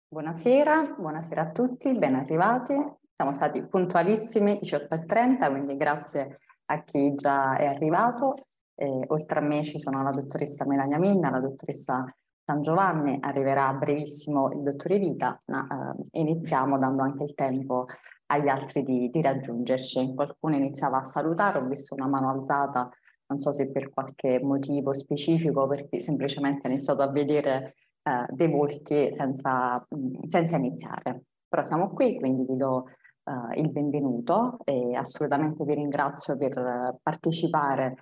Buonasera, buonasera a tutti, ben arrivati. Siamo stati puntualissimi, 18:30, quindi grazie a chi già è arrivato. Oltre a me ci sono la dottoressa Melania Minna, la dottoressa San Giovanni, arriverà a brevissimo il dottore Vita, ma iniziamo dando anche il tempo agli altri di raggiungerci. Qualcuno iniziava a salutare, ho visto una mano alzata, non so se per qualche motivo specifico, perché semplicemente ho iniziato a vedere dei volti senza iniziare. Però siamo qui, quindi vi do il benvenuto e assolutamente vi ringrazio per partecipare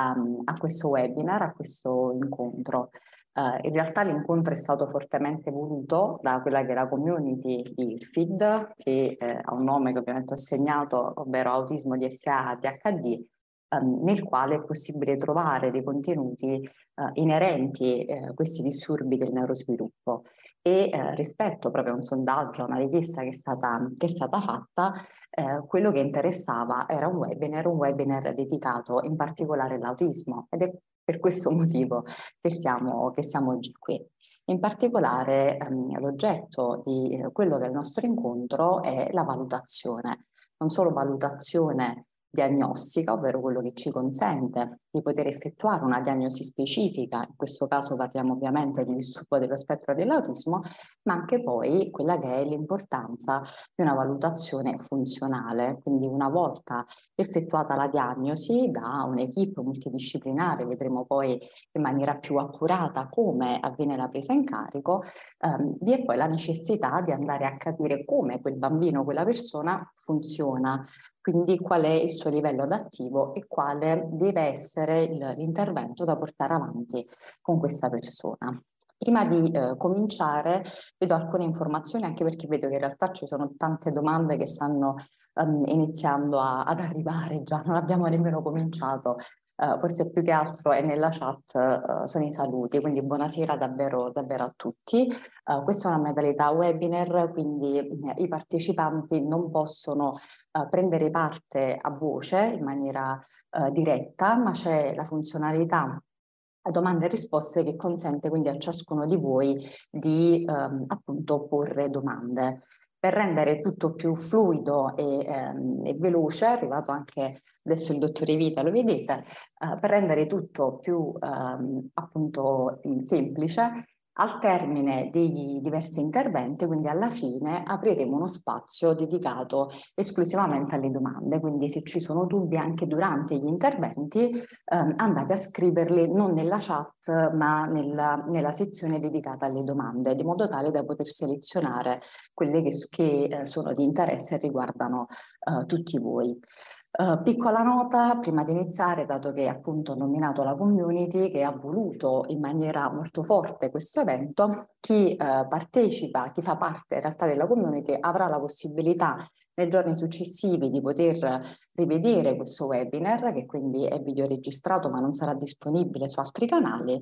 a questo webinar, a questo incontro. In realtà l'incontro è stato fortemente voluto da quella che è la community di FID, che ha un nome che ovviamente ho segnato, ovvero Autismo DSA ADHD, nel quale è possibile trovare dei contenuti inerenti a questi disturbi del neurosviluppo. E rispetto proprio a un sondaggio, a una richiesta che è stata fatta, quello che interessava era un webinar dedicato in particolare all'autismo, ed è per questo motivo che siamo oggi qui. In particolare l'oggetto di quello che è il nostro incontro è la valutazione, non solo valutazione diagnostica, ovvero quello che ci consente di poter effettuare una diagnosi specifica, in questo caso parliamo ovviamente di disturbo dello spettro dell'autismo, ma anche poi quella che è l'importanza di una valutazione funzionale. Quindi una volta effettuata la diagnosi da un'equipe multidisciplinare, vedremo poi in maniera più accurata come avviene la presa in carico, vi è poi la necessità di andare a capire come quel bambino, quella persona funziona, quindi qual è il suo livello adattivo e quale deve essere l'intervento da portare avanti con questa persona. Prima di cominciare, vi do alcune informazioni, anche perché vedo che in realtà ci sono tante domande che stanno iniziando ad arrivare già, non abbiamo nemmeno cominciato. Forse più che altro è nella chat, sono i saluti, quindi buonasera davvero, davvero a tutti. Questa è una modalità webinar, quindi i partecipanti non possono prendere parte a voce in maniera diretta, ma c'è la funzionalità a domande e risposte che consente quindi a ciascuno di voi di appunto porre domande. Per rendere tutto più fluido e veloce, è arrivato anche adesso il dottore Vita, lo vedete, per rendere tutto più appunto semplice, al termine dei diversi interventi, quindi alla fine, apriremo uno spazio dedicato esclusivamente alle domande. Quindi se ci sono dubbi anche durante gli interventi, andate a scriverli non nella chat, ma nella sezione dedicata alle domande, di modo tale da poter selezionare quelle che sono di interesse e riguardano tutti voi. Piccola nota prima di iniziare, dato che appunto ho nominato la community che ha voluto in maniera molto forte questo evento, chi partecipa, chi fa parte in realtà della community avrà la possibilità nei giorni successivi di poter rivedere questo webinar, che quindi è videoregistrato ma non sarà disponibile su altri canali,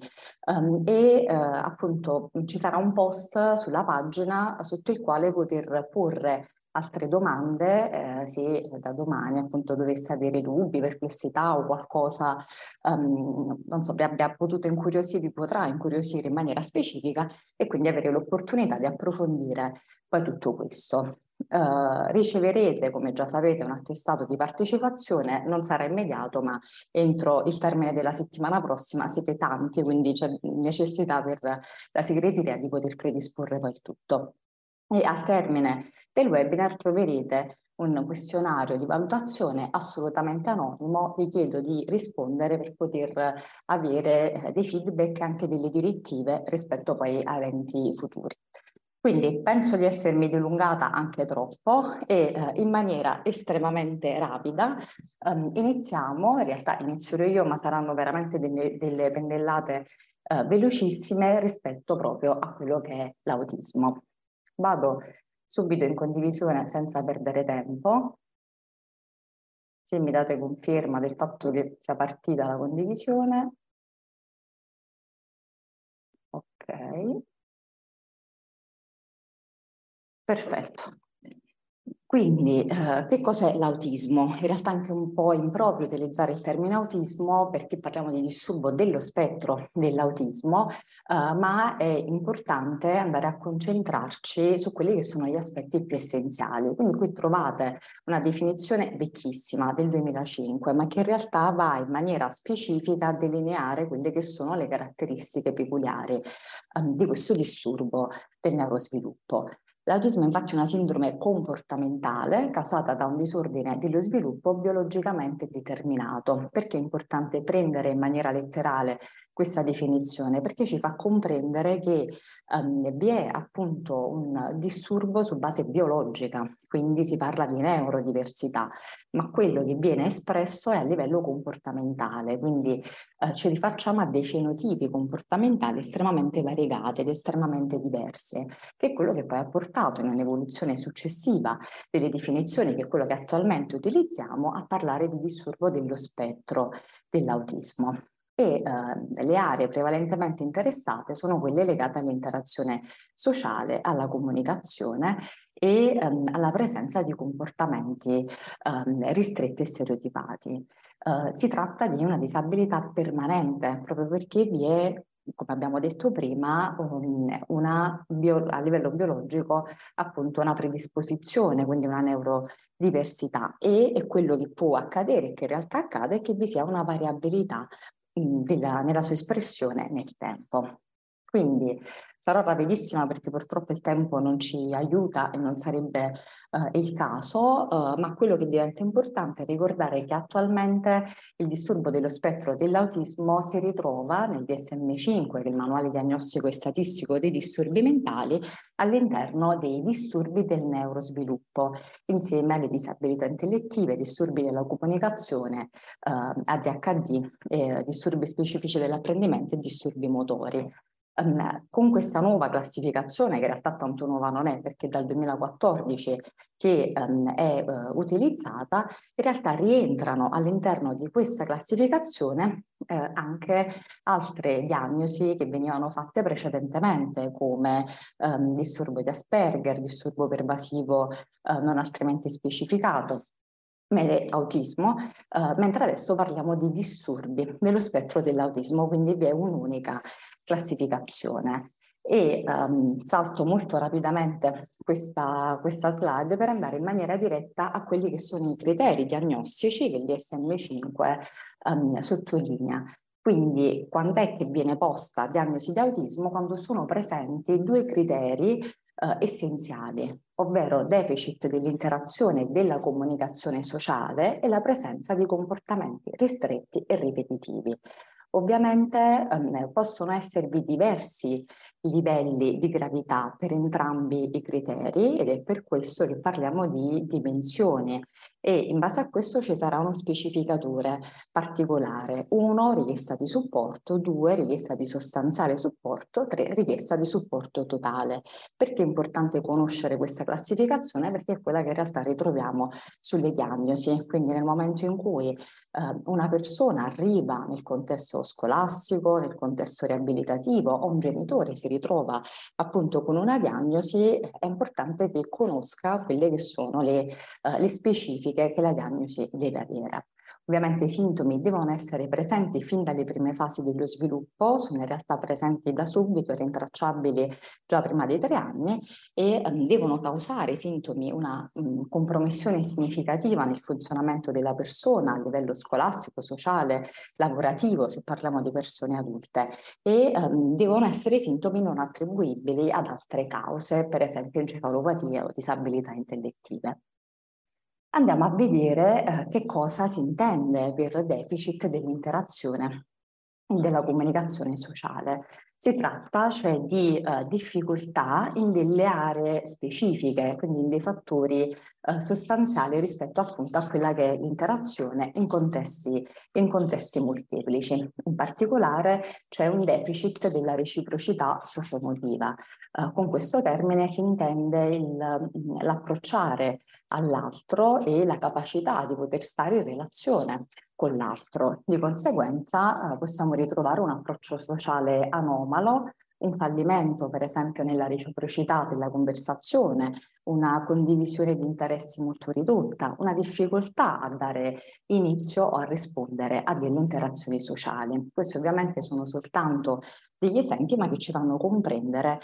appunto ci sarà un post sulla pagina sotto il quale poter porre altre domande, se da domani appunto dovesse avere dubbi, perplessità o qualcosa, non so, vi abbia potuto incuriosire, vi potrà incuriosire in maniera specifica e quindi avere l'opportunità di approfondire poi tutto questo. Riceverete, come già sapete, un attestato di partecipazione, non sarà immediato, ma entro il termine della settimana prossima siete tanti, quindi c'è necessità per la segreteria di poter predisporre poi il tutto. E al termine del webinar troverete un questionario di valutazione assolutamente anonimo. Vi chiedo di rispondere per poter avere dei feedback e anche delle direttive rispetto poi a eventi futuri. Quindi penso di essermi dilungata anche troppo e in maniera estremamente rapida iniziamo. In realtà inizierò io, ma saranno veramente delle pennellate velocissime rispetto proprio a quello che è l'autismo. Vado subito in condivisione senza perdere tempo. Se mi date conferma del fatto che sia partita la condivisione. Ok. Perfetto. Quindi, che cos'è l'autismo? In realtà è anche un po' improprio utilizzare il termine autismo perché parliamo di disturbo dello spettro dell'autismo, ma è importante andare a concentrarci su quelli che sono gli aspetti più essenziali. Quindi qui trovate una definizione vecchissima del 2005, ma che in realtà va in maniera specifica a delineare quelle che sono le caratteristiche peculiari di questo disturbo del neurosviluppo. L'autismo è infatti una sindrome comportamentale causata da un disordine dello sviluppo biologicamente determinato. Perché è importante prendere in maniera letterale questa definizione? Perché ci fa comprendere che vi è appunto un disturbo su base biologica, quindi si parla di neurodiversità, ma quello che viene espresso è a livello comportamentale, quindi ci rifacciamo a dei fenotipi comportamentali estremamente variegati ed estremamente diversi, che è quello che poi ha portato in un'evoluzione successiva delle definizioni, che è quello che attualmente utilizziamo, a parlare di disturbo dello spettro dell'autismo. E le aree prevalentemente interessate sono quelle legate all'interazione sociale, alla comunicazione e alla presenza di comportamenti ristretti e stereotipati. Si tratta di una disabilità permanente, proprio perché vi è, come abbiamo detto prima, a livello biologico appunto una predisposizione, quindi una neurodiversità, e quello che può accadere, che in realtà accade, è che vi sia una variabilità nella sua espressione nel tempo. Quindi sarò rapidissima perché purtroppo il tempo non ci aiuta e non sarebbe il caso, ma quello che diventa importante è ricordare che attualmente il disturbo dello spettro dell'autismo si ritrova nel DSM-5, che è il manuale diagnostico e statistico dei disturbi mentali, all'interno dei disturbi del neurosviluppo, insieme alle disabilità intellettive, disturbi della comunicazione, ADHD, disturbi specifici dell'apprendimento e disturbi motori. Con questa nuova classificazione, che in realtà tanto nuova non è perché è dal 2014 che è utilizzata, in realtà rientrano all'interno di questa classificazione anche altre diagnosi che venivano fatte precedentemente, come disturbo di Asperger, disturbo pervasivo non altrimenti specificato, autismo, mentre adesso parliamo di disturbi dello spettro dell'autismo, quindi vi è un'unica classificazione. E salto molto rapidamente questa slide per andare in maniera diretta a quelli che sono i criteri diagnostici che il DSM-5 sottolinea. Quindi quando è che viene posta diagnosi di autismo? Quando sono presenti due criteri essenziali, ovvero deficit dell'interazione e della comunicazione sociale e la presenza di comportamenti ristretti e ripetitivi. Ovviamente possono esservi diversi livelli di gravità per entrambi i criteri ed è per questo che parliamo di dimensioni e in base a questo ci sarà uno specificatore particolare: 1 richiesta di supporto, 2 richiesta di sostanziale supporto, 3 richiesta di supporto totale. Perché è importante conoscere questa classificazione? Perché è quella che in realtà ritroviamo sulle diagnosi, quindi nel momento in cui una persona arriva nel contesto scolastico, nel contesto riabilitativo o un genitore si ritrova appunto con una diagnosi, è importante che conosca quelle che sono le specifiche che la diagnosi deve avere. Ovviamente i sintomi devono essere presenti fin dalle prime fasi dello sviluppo, sono in realtà presenti da subito, rintracciabili già prima dei 3 anni e devono causare sintomi una compromissione significativa nel funzionamento della persona a livello scolastico, sociale, lavorativo, se parliamo di persone adulte, e devono essere sintomi non attribuibili ad altre cause, per esempio encefalopatie o disabilità intellettive. Andiamo a vedere che cosa si intende per deficit dell'interazione e della comunicazione sociale. Si tratta cioè di difficoltà in delle aree specifiche, quindi in dei fattori sostanziali rispetto appunto a quella che è l'interazione in contesti molteplici. In particolare c'è un deficit della reciprocità socioemotiva. Con questo termine si intende l'approcciare all'altro e la capacità di poter stare in relazione con l'altro. Di conseguenza possiamo ritrovare un approccio sociale anomalo, un fallimento, per esempio, nella reciprocità della conversazione, una condivisione di interessi molto ridotta, una difficoltà a dare inizio o a rispondere a delle interazioni sociali. Questi ovviamente sono soltanto degli esempi, ma che ci fanno comprendere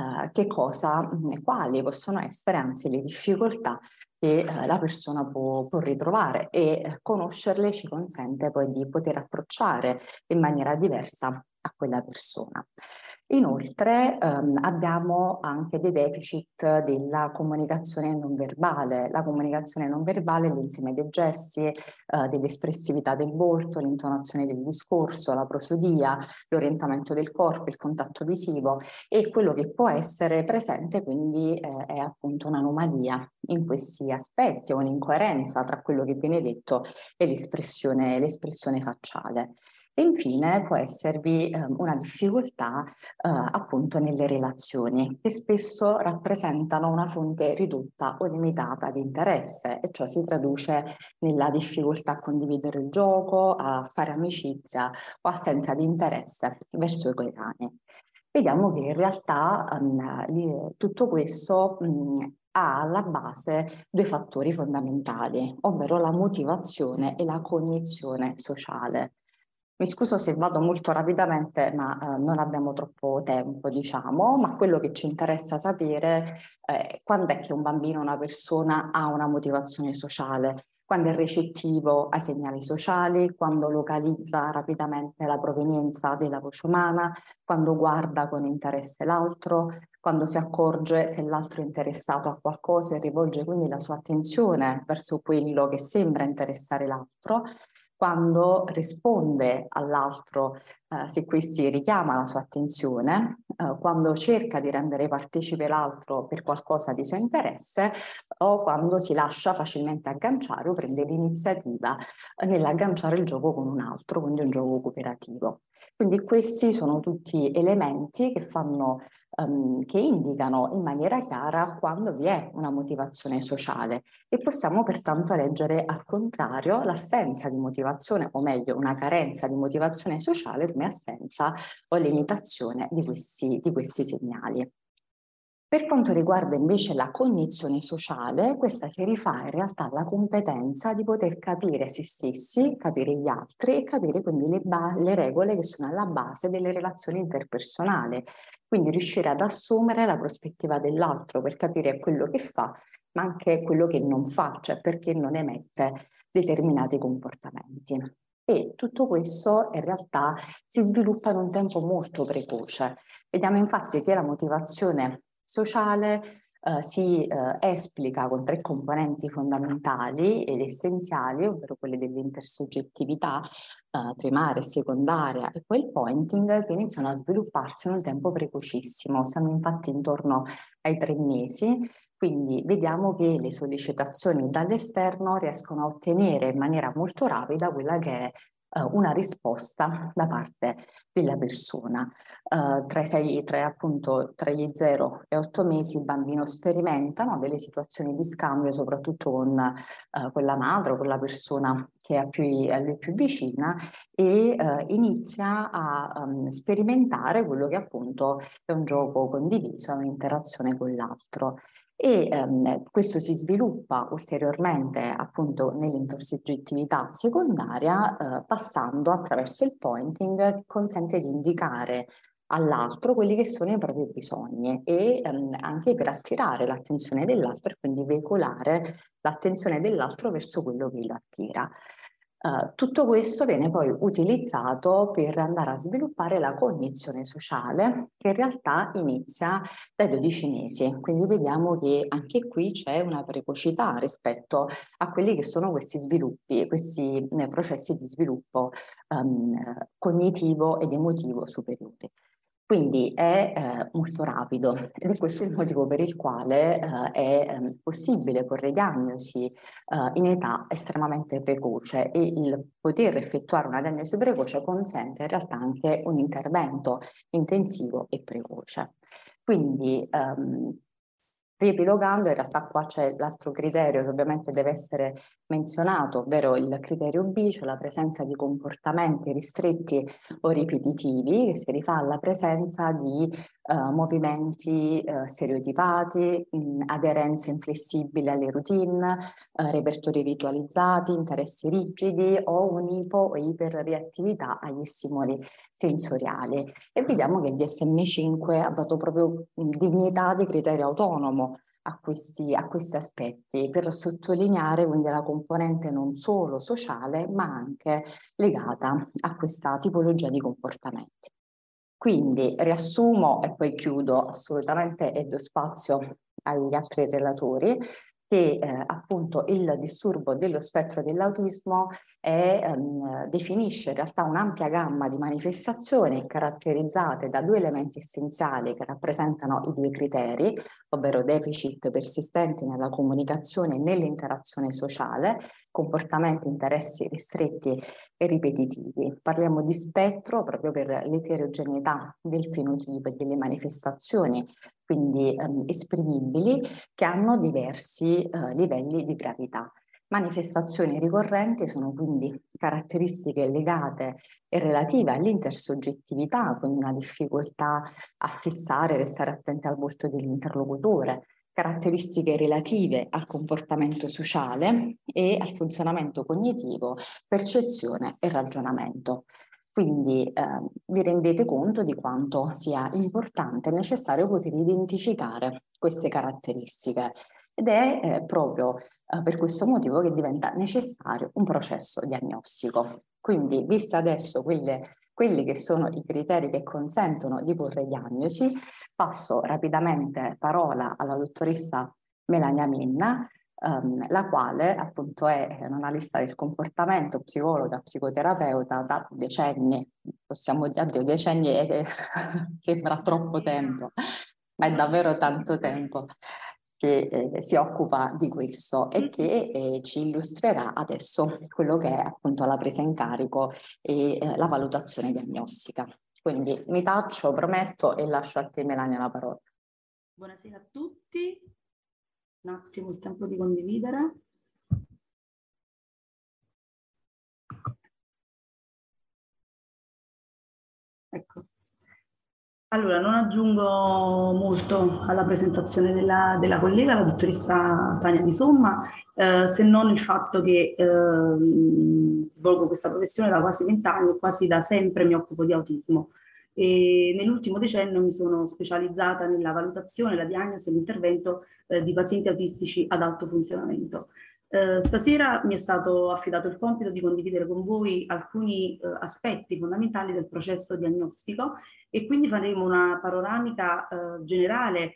quali possono essere anzi le difficoltà che la persona può ritrovare, e conoscerle ci consente poi di poter approcciare in maniera diversa a quella persona. Inoltre abbiamo anche dei deficit della comunicazione non verbale. La comunicazione non verbale è l'insieme dei gesti, dell'espressività del volto, l'intonazione del discorso, la prosodia, l'orientamento del corpo, il contatto visivo, e quello che può essere presente quindi è appunto un'anomalia in questi aspetti, o un'incoerenza tra quello che viene detto e l'espressione facciale. E infine può esservi una difficoltà appunto nelle relazioni, che spesso rappresentano una fonte ridotta o limitata di interesse, e ciò si traduce nella difficoltà a condividere il gioco, a fare amicizia o assenza di interesse verso i coetanei. Vediamo che in realtà tutto questo ha alla base due fattori fondamentali, ovvero la motivazione e la cognizione sociale. Mi scuso se vado molto rapidamente, ma non abbiamo troppo tempo, diciamo, ma quello che ci interessa sapere è quando è che un bambino, una persona, ha una motivazione sociale, quando è recettivo ai segnali sociali, quando localizza rapidamente la provenienza della voce umana, quando guarda con interesse l'altro, quando si accorge se l'altro è interessato a qualcosa e rivolge quindi la sua attenzione verso quello che sembra interessare l'altro, quando risponde all'altro se questi richiama la sua attenzione, quando cerca di rendere partecipe l'altro per qualcosa di suo interesse, o quando si lascia facilmente agganciare o prende l'iniziativa nell'agganciare il gioco con un altro, quindi un gioco cooperativo. Quindi questi sono tutti elementi che indicano in maniera chiara quando vi è una motivazione sociale, e possiamo pertanto leggere al contrario l'assenza di motivazione, o meglio una carenza di motivazione sociale, come assenza o limitazione di questi segnali. Per quanto riguarda invece la cognizione sociale, questa si rifà in realtà alla competenza di poter capire se stessi, capire gli altri e capire quindi le regole che sono alla base delle relazioni interpersonali. Quindi riuscire ad assumere la prospettiva dell'altro per capire quello che fa, ma anche quello che non fa, cioè perché non emette determinati comportamenti. E tutto questo in realtà si sviluppa in un tempo molto precoce. Vediamo infatti che la motivazione sociale si esplica con tre componenti fondamentali ed essenziali, ovvero quelle dell'intersoggettività primaria e secondaria, e poi il pointing, che iniziano a svilupparsi in un tempo precocissimo. Siamo infatti intorno ai 3 mesi, quindi vediamo che le sollecitazioni dall'esterno riescono a ottenere in maniera molto rapida quella che è una risposta da parte della persona. Tra gli 0 e 8 mesi il bambino sperimentano delle situazioni di scambio, soprattutto con la madre o con la persona che è a lui più vicina, e inizia a sperimentare quello che appunto è un gioco condiviso, un'interazione con l'altro. E questo si sviluppa ulteriormente appunto nell'intersoggettività secondaria, passando attraverso il pointing, che consente di indicare all'altro quelli che sono i propri bisogni, e anche per attirare l'attenzione dell'altro e quindi veicolare l'attenzione dell'altro verso quello che lo attira. Tutto questo viene poi utilizzato per andare a sviluppare la cognizione sociale, che in realtà inizia dai 12 mesi. Quindi vediamo che anche qui c'è una precocità rispetto a quelli che sono questi sviluppi, questi processi di sviluppo cognitivo ed emotivo superiori. Quindi è molto rapido, ed è questo il motivo per il quale è possibile porre diagnosi in età estremamente precoce, e il poter effettuare una diagnosi precoce consente in realtà anche un intervento intensivo e precoce. Quindi Riepilogando, in realtà qua c'è l'altro criterio che ovviamente deve essere menzionato, ovvero il criterio B, cioè la presenza di comportamenti ristretti o ripetitivi, che si rifà alla presenza di movimenti stereotipati, aderenze inflessibili alle routine, repertori ritualizzati, interessi rigidi o un'ipo o iperreattività agli stimoli sensoriali. E vediamo che il DSM-5 ha dato proprio dignità di criterio autonomo a questi aspetti, per sottolineare quindi la componente non solo sociale ma anche legata a questa tipologia di comportamenti. Quindi riassumo e poi chiudo assolutamente e do spazio agli altri relatori, che appunto il disturbo dello spettro dell'autismo definisce in realtà un'ampia gamma di manifestazioni caratterizzate da due elementi essenziali che rappresentano i due criteri, ovvero deficit persistenti nella comunicazione e nell'interazione sociale, comportamenti, interessi ristretti e ripetitivi. Parliamo di spettro proprio per l'eterogeneità del fenotipo e delle manifestazioni, quindi esprimibili, che hanno diversi livelli di gravità. Manifestazioni ricorrenti sono quindi caratteristiche legate e relative all'intersoggettività, quindi una difficoltà a fissare, restare attenti al volto dell'interlocutore, caratteristiche relative al comportamento sociale e al funzionamento cognitivo, percezione e ragionamento. Quindi vi rendete conto di quanto sia importante e necessario poter identificare queste caratteristiche ed è proprio per questo motivo che diventa necessario un processo diagnostico. Quindi, viste adesso quelli che sono i criteri che consentono di porre diagnosi, passo rapidamente parola alla dottoressa Melania Minna, la quale appunto è un'analista del comportamento, psicologa, psicoterapeuta da decenni, possiamo dire, addio, decenni sembra troppo tempo, ma è davvero tanto tempo che si occupa di questo e che ci illustrerà adesso quello che è appunto la presa in carico e la valutazione diagnostica. Quindi mi taccio, prometto, e lascio a te Melania la parola. Buonasera a tutti, un attimo il tempo di condividere. Ecco. Allora, non aggiungo molto alla presentazione della collega, la dottoressa Tania Di Somma, se non il fatto che svolgo questa professione da quasi 20 anni, quasi da sempre mi occupo di autismo. E nell'ultimo decennio mi sono specializzata nella valutazione, la diagnosi e l'intervento di pazienti autistici ad alto funzionamento. Stasera mi è stato affidato il compito di condividere con voi alcuni aspetti fondamentali del processo diagnostico e quindi faremo una panoramica generale,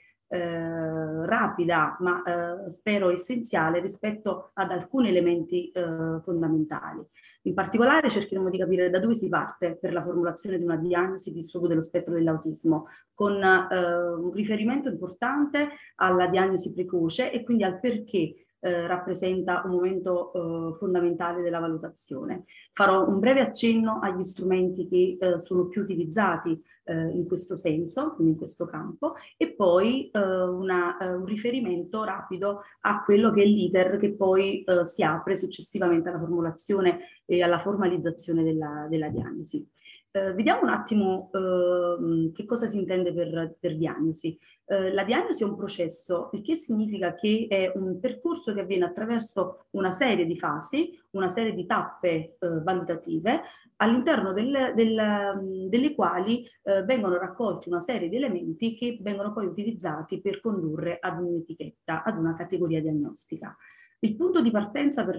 rapida, ma spero essenziale rispetto ad alcuni elementi fondamentali. In particolare cercheremo di capire da dove si parte per la formulazione di una diagnosi di disturbo dello spettro dell'autismo, con un riferimento importante alla diagnosi precoce e quindi al perché rappresenta un momento fondamentale della valutazione. Farò un breve accenno agli strumenti che sono più utilizzati in questo senso, quindi in questo campo, e poi un riferimento rapido a quello che è l'iter che poi si apre successivamente alla formulazione e alla formalizzazione della diagnosi. Vediamo un attimo che cosa si intende per diagnosi. La diagnosi è un processo, il che significa che è un percorso che avviene attraverso una serie di fasi, una serie di tappe valutative, all'interno delle quali vengono raccolti una serie di elementi che vengono poi utilizzati per condurre ad un'etichetta, ad una categoria diagnostica. Il punto di partenza per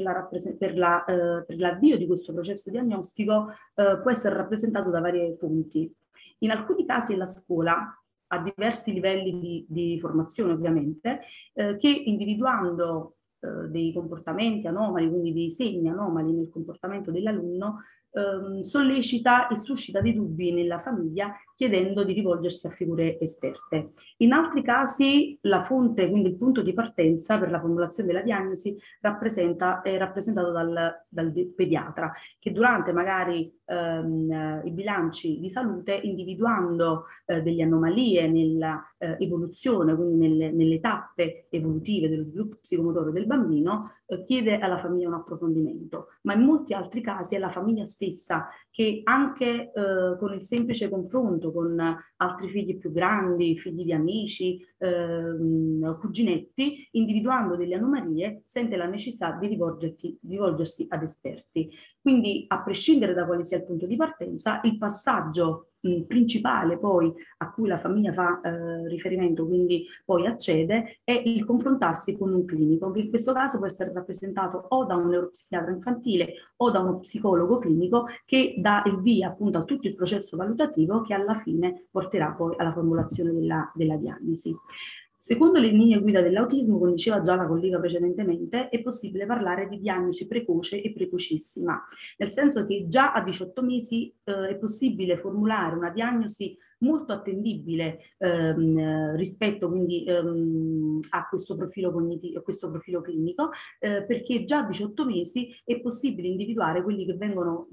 l'avvio di questo processo diagnostico può essere rappresentato da varie fonti. In alcuni casi è la scuola, a diversi livelli di formazione ovviamente, che individuando dei comportamenti anomali, quindi dei segni anomali nel comportamento dell'alunno, sollecita e suscita dei dubbi nella famiglia chiedendo di rivolgersi a figure esperte. In altri casi la fonte, quindi il punto di partenza per la formulazione della diagnosi è rappresentato dal pediatra che durante magari i bilanci di salute, individuando delle anomalie evoluzione, quindi nelle tappe evolutive dello sviluppo psicomotore del bambino, chiede alla famiglia un approfondimento, ma in molti altri casi è la famiglia stessa che anche con il semplice confronto con altri figli più grandi, figli di amici, cuginetti, individuando delle anomalie, sente la necessità di rivolgersi ad esperti. Quindi, a prescindere da quale sia il punto di partenza, il passaggio principale poi a cui la famiglia fa riferimento, quindi poi accede, è il confrontarsi con un clinico, che in questo caso può essere rappresentato o da un neuropsichiatra infantile o da uno psicologo clinico che dà il via appunto a tutto il processo valutativo che alla fine porterà poi alla formulazione della diagnosi. Secondo le linee guida dell'autismo, come diceva già la collega precedentemente, è possibile parlare di diagnosi precoce e precocissima, nel senso che già a 18 mesi è possibile formulare una diagnosi molto attendibile rispetto quindi a questo profilo cognitivo, a questo profilo clinico, perché già a 18 mesi è possibile individuare quelli che vengono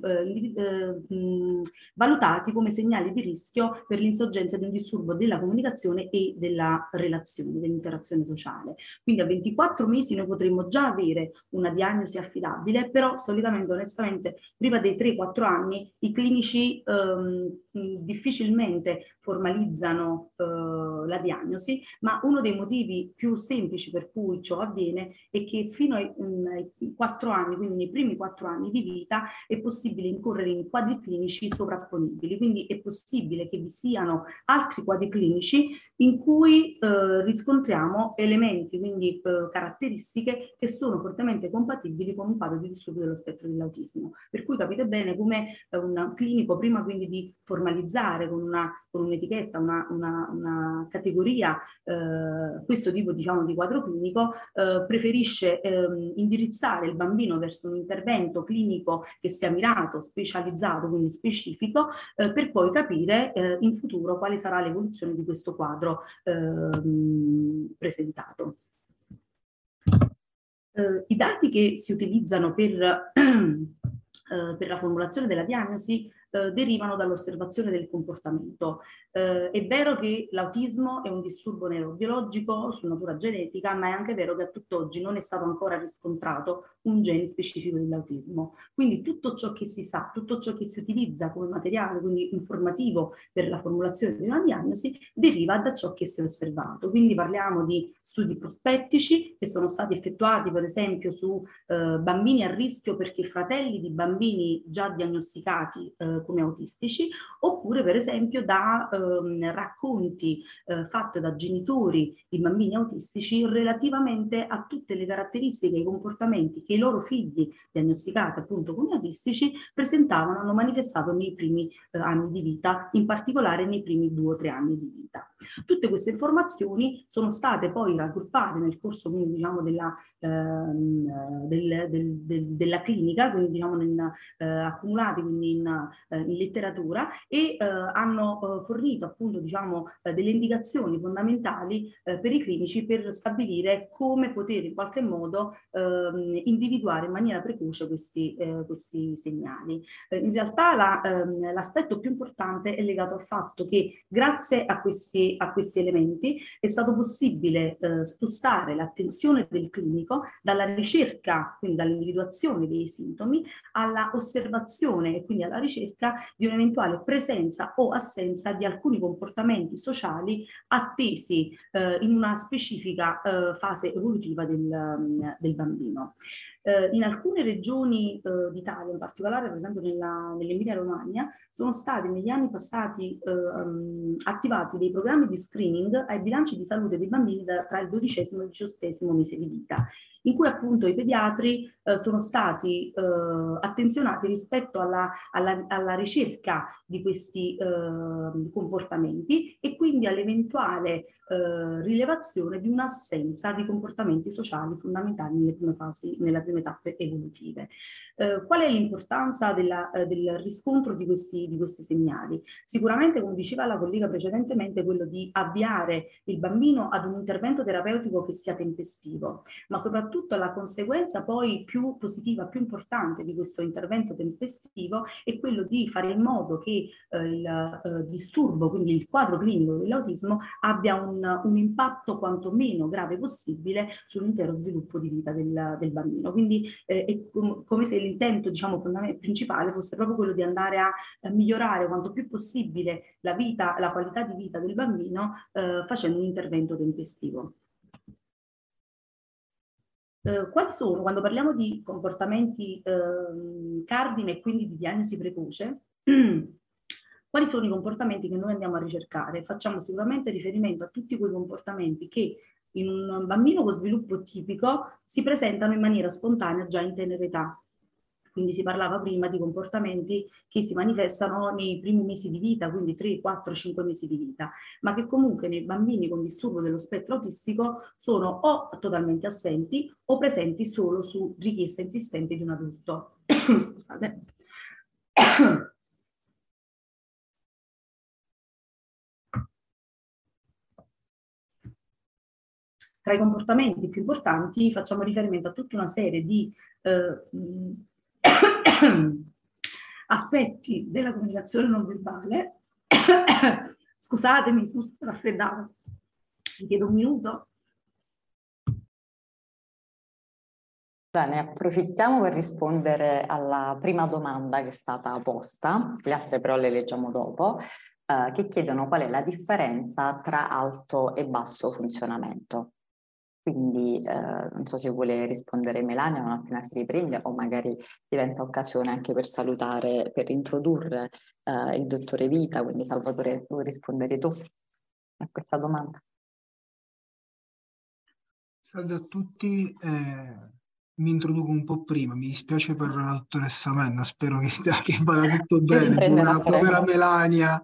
valutati come segnali di rischio per l'insorgenza di un disturbo della comunicazione e della relazione, dell'interazione sociale. Quindi a 24 mesi noi potremmo già avere una diagnosi affidabile, però solitamente, onestamente, prima dei 3-4 anni i clinici difficilmente formalizzano la diagnosi, ma uno dei motivi più semplici per cui ciò avviene è che fino ai 4 anni, quindi nei primi 4 anni di vita, è possibile incorrere in quadri clinici sovrapponibili, quindi è possibile che vi siano altri quadri clinici in cui riscontriamo elementi, quindi caratteristiche che sono fortemente compatibili con un quadro di disturbo dello spettro dell'autismo. Per cui capite bene come un clinico, prima quindi di formalizzare con un'etichetta, una categoria, questo tipo diciamo di quadro clinico, preferisce indirizzare il bambino verso un intervento clinico che sia mirato, specializzato, quindi specifico, per poi capire in futuro quale sarà l'evoluzione di questo quadro presentato. I dati che si utilizzano per la formulazione della diagnosi derivano dall'osservazione del comportamento. È vero che l'autismo è un disturbo neurobiologico su natura genetica, ma è anche vero che a tutt'oggi non è stato ancora riscontrato un gene specifico dell'autismo. Quindi tutto ciò che si sa, tutto ciò che si utilizza come materiale, quindi informativo per la formulazione di una diagnosi, deriva da ciò che si è osservato. Quindi parliamo di studi prospettici che sono stati effettuati per esempio su bambini a rischio perché fratelli di bambini già diagnosticati come autistici, oppure per esempio da racconti fatti da genitori di bambini autistici relativamente a tutte le caratteristiche e i comportamenti che i loro figli diagnosticati appunto come autistici presentavano, hanno manifestato nei primi anni di vita, in particolare nei primi 2 o 3 anni di vita. Tutte queste informazioni sono state poi raggruppate nel corso quindi, diciamo, della clinica, quindi diciamo accumulati quindi in letteratura e hanno fornito appunto diciamo delle indicazioni fondamentali per i clinici per stabilire come poter in qualche modo individuare in maniera precoce questi segnali. In realtà l'aspetto più importante è legato al fatto che grazie a questi elementi è stato possibile spostare l'attenzione del clinico dalla ricerca, quindi dall'individuazione dei sintomi, alla osservazione e quindi alla ricerca di un'eventuale presenza o assenza di alcuni comportamenti sociali attesi in una specifica fase evolutiva del bambino. In alcune regioni d'Italia, in particolare per esempio nell'Emilia Romagna, sono stati negli anni passati attivati dei programmi di screening ai bilanci di salute dei bambini tra il 12° e il 18° mese di vita, in cui appunto i pediatri sono stati attenzionati rispetto alla ricerca di questi comportamenti e quindi all'eventuale rilevazione di un'assenza di comportamenti sociali fondamentali nelle prime fasi, nelle prime tappe evolutive. Qual è l'importanza del riscontro di questi segnali? Sicuramente, come diceva la collega precedentemente, quello di avviare il bambino ad un intervento terapeutico che sia tempestivo, ma soprattutto soprattutto la conseguenza poi più positiva, più importante di questo intervento tempestivo è quello di fare in modo che il disturbo, quindi il quadro clinico dell'autismo, abbia un impatto quanto meno grave possibile sull'intero sviluppo di vita del bambino. Quindi è come se l'intento, diciamo, principale fosse proprio quello di andare a migliorare quanto più possibile la vita, la qualità di vita del bambino facendo un intervento tempestivo. Quali sono, quando parliamo di comportamenti cardine e quindi di diagnosi precoce, quali sono i comportamenti che noi andiamo a ricercare? Facciamo sicuramente riferimento a tutti quei comportamenti che in un bambino con sviluppo tipico si presentano in maniera spontanea già in tenera età. Quindi si parlava prima di comportamenti che si manifestano nei primi mesi di vita, quindi 3, 4, 5 mesi di vita, ma che comunque nei bambini con disturbo dello spettro autistico sono o totalmente assenti o presenti solo su richiesta insistente di un adulto. Scusate. Tra i comportamenti più importanti facciamo riferimento a tutta una serie di aspetti della comunicazione non verbale. Scusatemi, sono stata raffreddata. Vi chiedo un minuto. Bene, approfittiamo per rispondere alla prima domanda che è stata posta, le altre però le leggiamo dopo, che chiedono qual è la differenza tra alto e basso funzionamento. Quindi non so se vuole rispondere Melania non appena si riprende o magari diventa occasione anche per salutare, per introdurre il dottore Vita, quindi Salvatore vuoi rispondere tu a questa domanda? Salve a tutti, mi introduco un po' prima, mi dispiace per la dottoressa Menna, spero che vada tutto bene, povera Melania.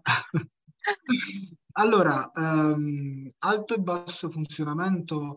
Allora, alto e basso funzionamento,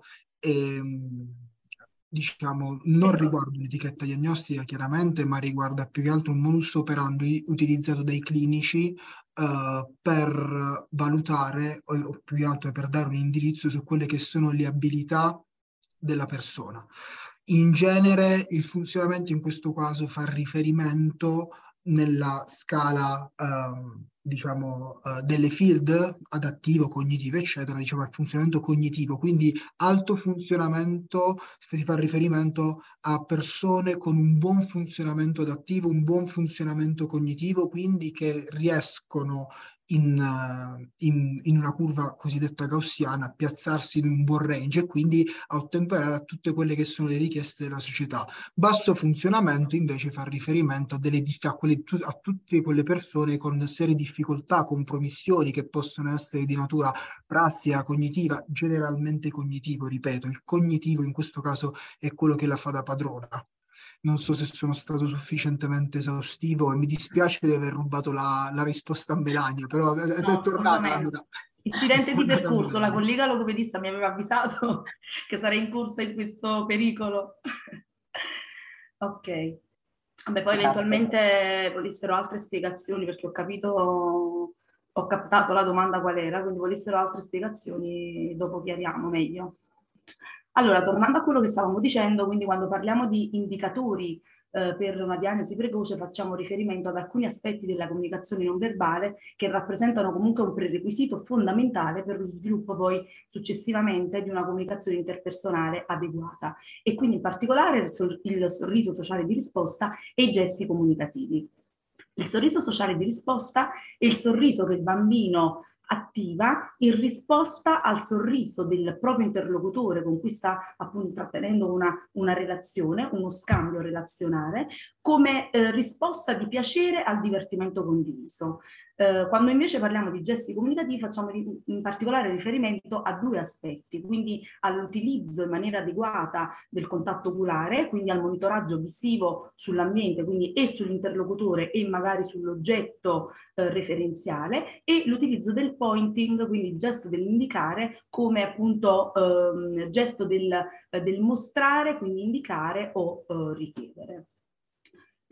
diciamo, non riguarda un'etichetta diagnostica chiaramente, ma riguarda più che altro un modus operandi utilizzato dai clinici per valutare, o più che altro per dare un indirizzo su quelle che sono le abilità della persona. In genere il funzionamento in questo caso fa riferimento nella scala diciamo delle field adattivo, cognitivo eccetera, diciamo al funzionamento cognitivo, quindi alto funzionamento si fa riferimento a persone con un buon funzionamento adattivo, un buon funzionamento cognitivo, quindi che riescono in una curva cosiddetta gaussiana a piazzarsi in un buon range e quindi a ottemperare a tutte quelle che sono le richieste della società. Basso funzionamento invece fa riferimento a tutte quelle persone con serie difficoltà, compromissioni che possono essere di natura prassica, cognitiva, generalmente cognitivo, ripeto, il cognitivo in questo caso è quello che la fa da padrona. Non so se sono stato sufficientemente esaustivo e mi dispiace di aver rubato la risposta a Melania, però è tornata. Incidente di percorso, la collega logopedista mi aveva avvisato che sarei in corsa in questo pericolo. Ok. Vabbè, poi eventualmente volessero altre spiegazioni perché ho captato la domanda qual era, quindi volessero altre spiegazioni dopo chiariamo meglio. Allora, tornando a quello che stavamo dicendo, quindi quando parliamo di indicatori per una diagnosi precoce facciamo riferimento ad alcuni aspetti della comunicazione non verbale che rappresentano comunque un prerequisito fondamentale per lo sviluppo poi successivamente di una comunicazione interpersonale adeguata e quindi in particolare il sorriso sociale di risposta e i gesti comunicativi. Il sorriso sociale di risposta è il sorriso che il bambino attiva in risposta al sorriso del proprio interlocutore con cui sta appunto intrattenendo una relazione, uno scambio relazionale, come risposta di piacere al divertimento condiviso. Quando invece parliamo di gesti comunicativi facciamo in particolare riferimento a due aspetti, quindi all'utilizzo in maniera adeguata del contatto oculare, quindi al monitoraggio visivo sull'ambiente, quindi e sull'interlocutore e magari sull'oggetto referenziale, e l'utilizzo del pointing, quindi il gesto dell'indicare come appunto gesto del mostrare, quindi indicare o richiedere.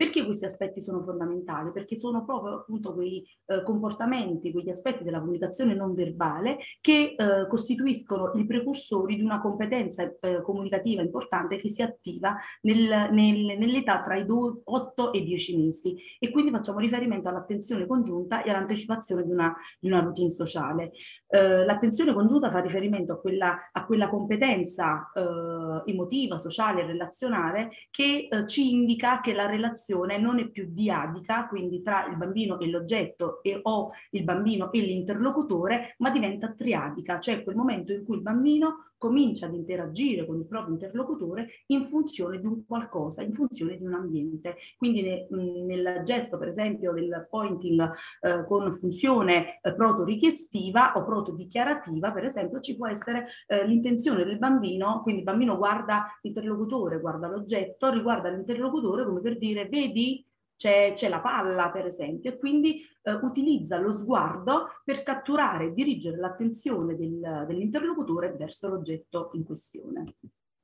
Perché questi aspetti sono fondamentali? Perché sono proprio appunto quei comportamenti, quegli aspetti della comunicazione non verbale che costituiscono i precursori di una competenza comunicativa importante che si attiva nell'età tra i 8 e i 10 mesi, e quindi facciamo riferimento all'attenzione congiunta e all'anticipazione di una routine sociale. L'attenzione congiunta fa riferimento a quella competenza emotiva, sociale, relazionale che ci indica che la relazione non è più diadica, quindi tra il bambino e l'oggetto o il bambino e l'interlocutore, ma diventa triadica, cioè quel momento in cui il bambino comincia ad interagire con il proprio interlocutore in funzione di un qualcosa, in funzione di un ambiente. Quindi nel gesto, per esempio, del pointing con funzione proto-richiestiva o proto-dichiarativa, per esempio, ci può essere l'intenzione del bambino, quindi il bambino guarda l'interlocutore, guarda l'oggetto, riguarda l'interlocutore come per dire: vedi, c'è la palla, per esempio, e quindi utilizza lo sguardo per catturare e dirigere l'attenzione dell'interlocutore verso l'oggetto in questione.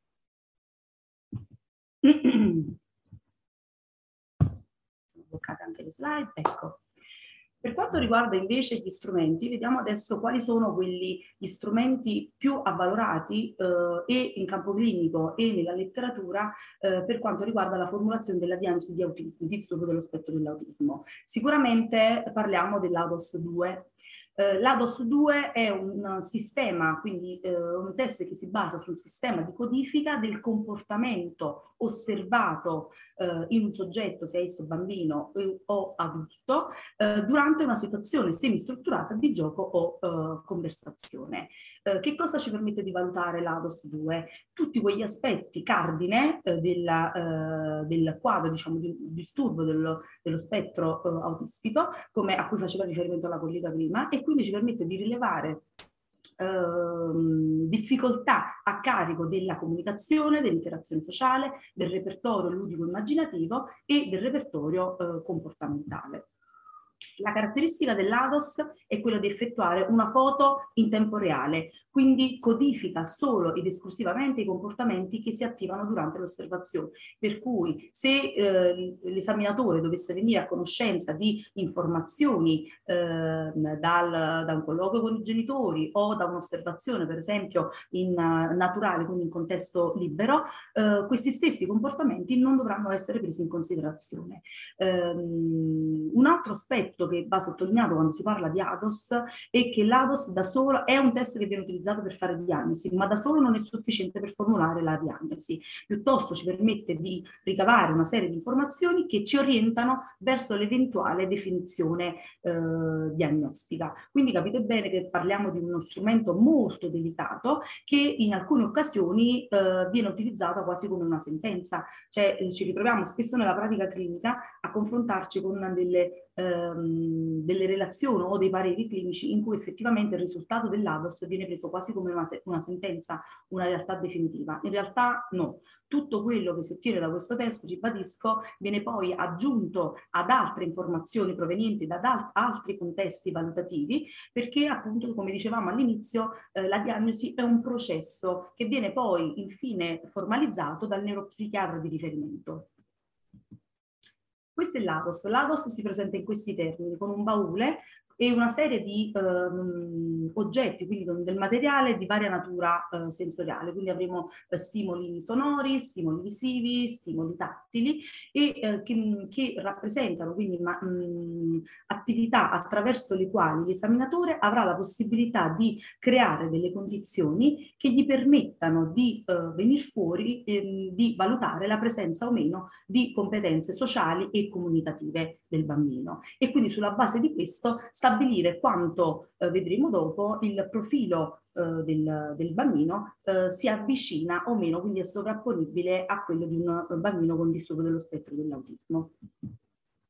Bloccate anche le slide, ecco. Per quanto riguarda invece gli strumenti, vediamo adesso quali sono gli strumenti più avvalorati e in campo clinico e nella letteratura per quanto riguarda la formulazione della diagnosi di autismo, di disturbo dello spettro dell'autismo. Sicuramente parliamo dell'ADOS-2. L'ADOS-2 è un sistema, quindi un test che si basa sul sistema di codifica del comportamento osservato in un soggetto, sia esso bambino o adulto, durante una situazione semistrutturata di gioco o conversazione. Che cosa ci permette di valutare l'ADOS-2? Tutti quegli aspetti cardine del quadro, diciamo, di disturbo dello spettro autistico, come a cui faceva riferimento la collega prima, e quindi ci permette di rilevare difficoltà a carico della comunicazione, dell'interazione sociale, del repertorio ludico-immaginativo e del repertorio comportamentale. La caratteristica dell'ADOS è quella di effettuare una foto in tempo reale, quindi codifica solo ed esclusivamente i comportamenti che si attivano durante l'osservazione. Per cui se l'esaminatore dovesse venire a conoscenza di informazioni da un colloquio con i genitori o da un'osservazione, per esempio, naturale, quindi in contesto libero, questi stessi comportamenti non dovranno essere presi in considerazione. Un altro aspetto che va sottolineato quando si parla di ADOS è che l'ADOS da solo è un test che viene utilizzato per fare diagnosi, ma da solo non è sufficiente per formulare la diagnosi. Piuttosto ci permette di ricavare una serie di informazioni che ci orientano verso l'eventuale definizione diagnostica. Quindi capite bene che parliamo di uno strumento molto delicato che in alcune occasioni viene utilizzato quasi come una sentenza, cioè ci ritroviamo spesso nella pratica clinica a confrontarci con delle relazioni o dei pareri clinici in cui effettivamente il risultato dell'ADOS viene preso quasi come una sentenza, una realtà definitiva. In realtà no. Tutto quello che si ottiene da questo test, ribadisco, viene poi aggiunto ad altre informazioni provenienti da altri contesti valutativi, perché appunto, come dicevamo all'inizio, la diagnosi è un processo che viene poi infine formalizzato dal neuropsichiatra di riferimento. Questo è l'ADOS. L'ADOS si presenta in questi termini, con un baule e una serie di oggetti, quindi con del materiale di varia natura sensoriale. Quindi avremo stimoli sonori, stimoli visivi, stimoli tattili e che rappresentano quindi attività attraverso le quali l'esaminatore avrà la possibilità di creare delle condizioni che gli permettano di venire fuori, di valutare la presenza o meno di competenze sociali e comunicative del bambino. E quindi sulla base di questo stabilire quanto, vedremo dopo, il profilo del bambino si avvicina o meno, quindi è sovrapponibile a quello di un bambino con disturbo dello spettro dell'autismo.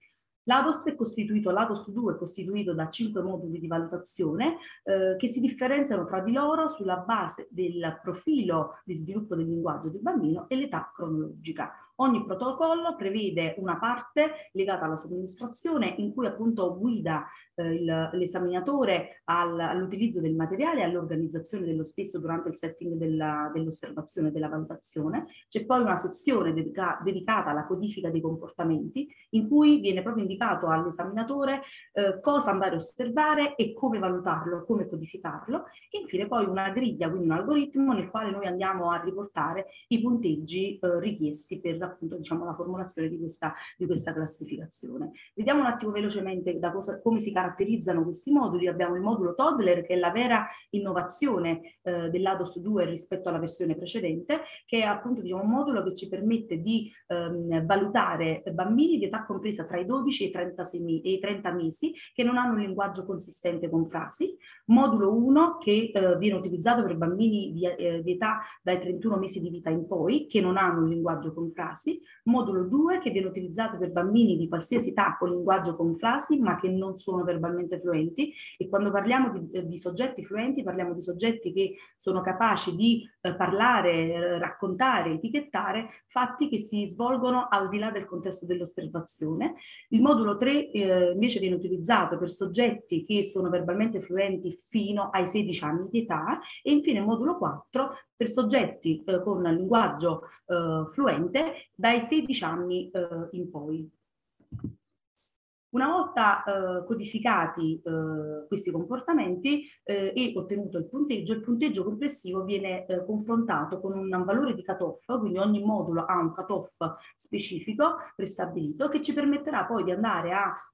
L'ADOS 2 è costituito da 5 moduli di valutazione che si differenziano tra di loro sulla base del profilo di sviluppo del linguaggio del bambino e l'età cronologica. Ogni protocollo prevede una parte legata alla somministrazione in cui appunto guida l'esaminatore all'utilizzo del materiale e all'organizzazione dello stesso durante il setting dell'osservazione e della valutazione. C'è poi una sezione dedicata alla codifica dei comportamenti in cui viene proprio indicato all'esaminatore cosa andare a osservare e come valutarlo, come codificarlo. E infine poi una griglia, quindi un algoritmo nel quale noi andiamo a riportare i punteggi richiesti per appunto diciamo la formulazione di questa classificazione. Vediamo un attimo velocemente come si caratterizzano questi moduli. Abbiamo il modulo Toddler, che è la vera innovazione dell'ADOS 2 rispetto alla versione precedente, che è appunto diciamo, un modulo che ci permette di valutare bambini di età compresa tra i 12 e i 30 mesi che non hanno un linguaggio consistente con frasi. Modulo 1 che viene utilizzato per bambini di età dai 31 mesi di vita in poi che non hanno un linguaggio con frasi. Modulo 2 che viene utilizzato per bambini di qualsiasi età con linguaggio con frasi ma che non sono verbalmente fluenti, e quando parliamo di soggetti fluenti parliamo di soggetti che sono capaci di parlare, raccontare, etichettare fatti che si svolgono al di là del contesto dell'osservazione. Il modulo 3 invece viene utilizzato per soggetti che sono verbalmente fluenti fino ai 16 anni di età, e infine il modulo 4 per soggetti con linguaggio fluente dai 16 anni in poi. Una volta codificati questi comportamenti e ottenuto il punteggio complessivo viene confrontato con un valore di cutoff, quindi ogni modulo ha un cutoff specifico prestabilito che ci permetterà poi di andare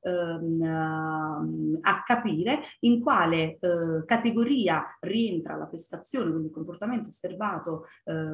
a capire in quale categoria rientra la prestazione, quindi il comportamento osservato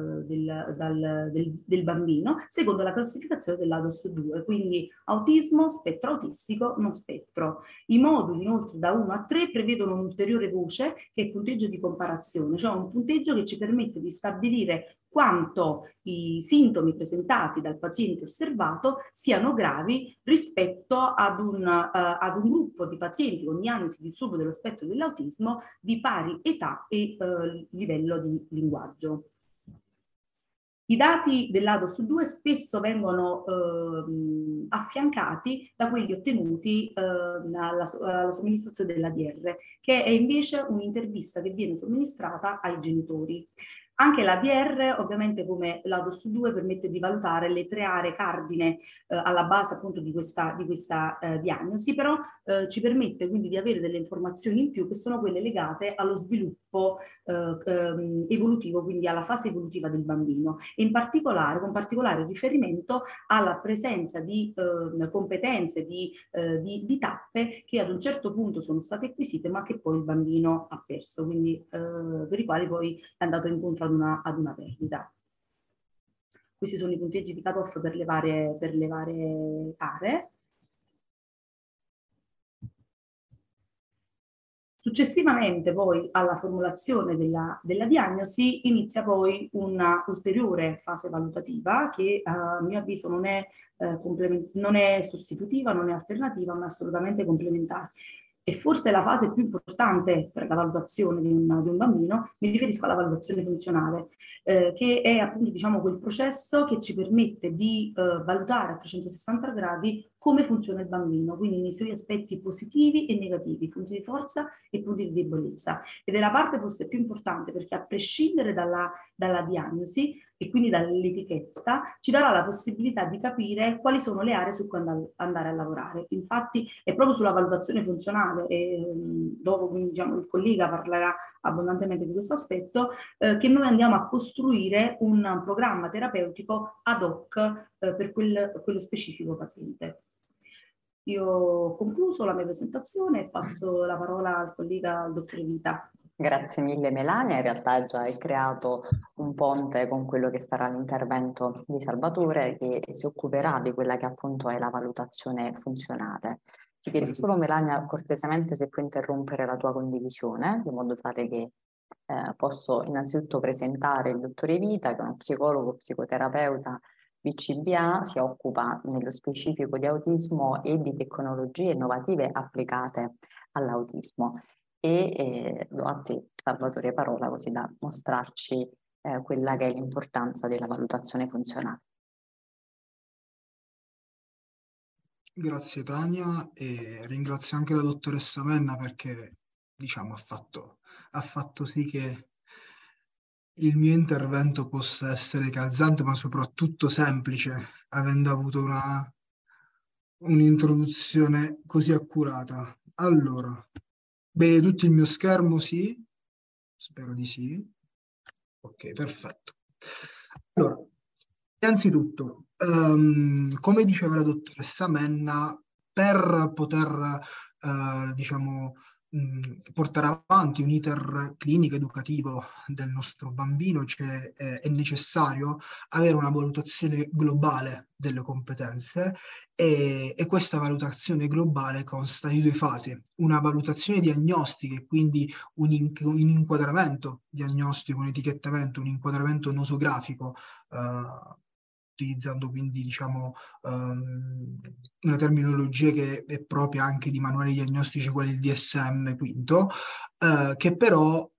del bambino, secondo la classificazione dell'ADOS 2, quindi autismo, spettro autistico, non spettro. I moduli inoltre da 1 a 3 prevedono un'ulteriore voce che è il punteggio di comparazione, cioè un punteggio che ci permette di stabilire quanto i sintomi presentati dal paziente osservato siano gravi rispetto ad un gruppo di pazienti con diagnosi di disturbo dello spettro dell'autismo di pari età e livello di linguaggio. I dati dell'ADOS 2 spesso vengono affiancati da quelli ottenuti alla somministrazione dell'ADR, che è invece un'intervista che viene somministrata ai genitori. Anche l'ADR, ovviamente come l'ADOS 2, permette di valutare le 3 aree cardine alla base appunto di questa diagnosi, però ci permette quindi di avere delle informazioni in più che sono quelle legate allo sviluppo evolutivo, quindi alla fase evolutiva del bambino, e in particolare con particolare riferimento alla presenza di competenze, di tappe che ad un certo punto sono state acquisite ma che poi il bambino ha perso, quindi per i quali poi è andato incontro ad una perdita. Questi sono i punteggi di cutoff per le varie aree. Successivamente poi alla formulazione della diagnosi inizia poi una ulteriore fase valutativa che a mio avviso non è sostitutiva, non è alternativa, ma assolutamente complementare. E forse la fase più importante per la valutazione di un bambino, mi riferisco alla valutazione funzionale, che è appunto diciamo quel processo che ci permette di valutare a 360 gradi come funziona il bambino, quindi nei suoi aspetti positivi e negativi, punti di forza e punti di debolezza. Ed è la parte forse più importante perché a prescindere dalla diagnosi e quindi dall'etichetta ci darà la possibilità di capire quali sono le aree su cui andare a lavorare. Infatti è proprio sulla valutazione funzionale, e dopo diciamo, il collega parlerà abbondantemente di questo aspetto, che noi andiamo a costruire un programma terapeutico ad hoc per quello specifico paziente. Io ho concluso la mia presentazione e passo la parola al collega, al dottore Vita. Grazie mille Melania, in realtà già hai creato un ponte con quello che sarà l'intervento di Salvatore, che si occuperà di quella che appunto è la valutazione funzionale. Ti chiedo solo Melania cortesemente se puoi interrompere la tua condivisione, in modo tale che posso innanzitutto presentare il dottore Vita, che è uno psicologo, psicoterapeuta BCBA si occupa nello specifico di autismo e di tecnologie innovative applicate all'autismo. E do a te, Salvatore, parola così da mostrarci quella che è l'importanza della valutazione funzionale. Grazie Tania, e ringrazio anche la dottoressa Menna perché diciamo, ha fatto sì che il mio intervento possa essere calzante ma soprattutto semplice, avendo avuto un'introduzione così accurata. Allora, vede tutto il mio schermo, sì? Spero di sì. Ok, perfetto. Allora, innanzitutto, come diceva la dottoressa Menna, per poter, diciamo, portare avanti un iter clinico educativo del nostro bambino, è necessario avere una valutazione globale delle competenze e questa valutazione globale consta di due fasi. Una valutazione diagnostica e quindi un inquadramento diagnostico, un etichettamento, un inquadramento nosografico, utilizzando quindi diciamo una terminologia che è propria anche di manuali diagnostici quali il DSM quinto, che però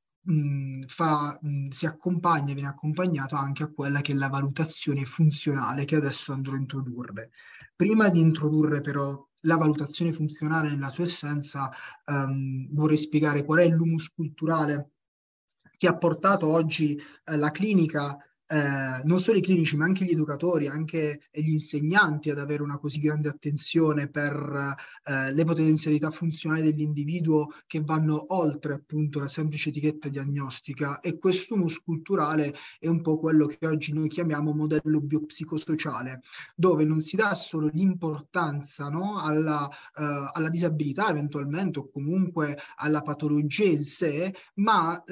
viene accompagnato anche a quella che è la valutazione funzionale che adesso andrò a introdurre. Prima di introdurre però la valutazione funzionale nella sua essenza, vorrei spiegare qual è l'humus culturale che ha portato oggi la clinica, non solo i clinici ma anche gli educatori, anche gli insegnanti ad avere una così grande attenzione per le potenzialità funzionali dell'individuo che vanno oltre appunto la semplice etichetta diagnostica, e quest'humus culturale è un po' quello che oggi noi chiamiamo modello biopsicosociale, dove non si dà solo l'importanza, no, alla disabilità eventualmente o comunque alla patologia in sé, ma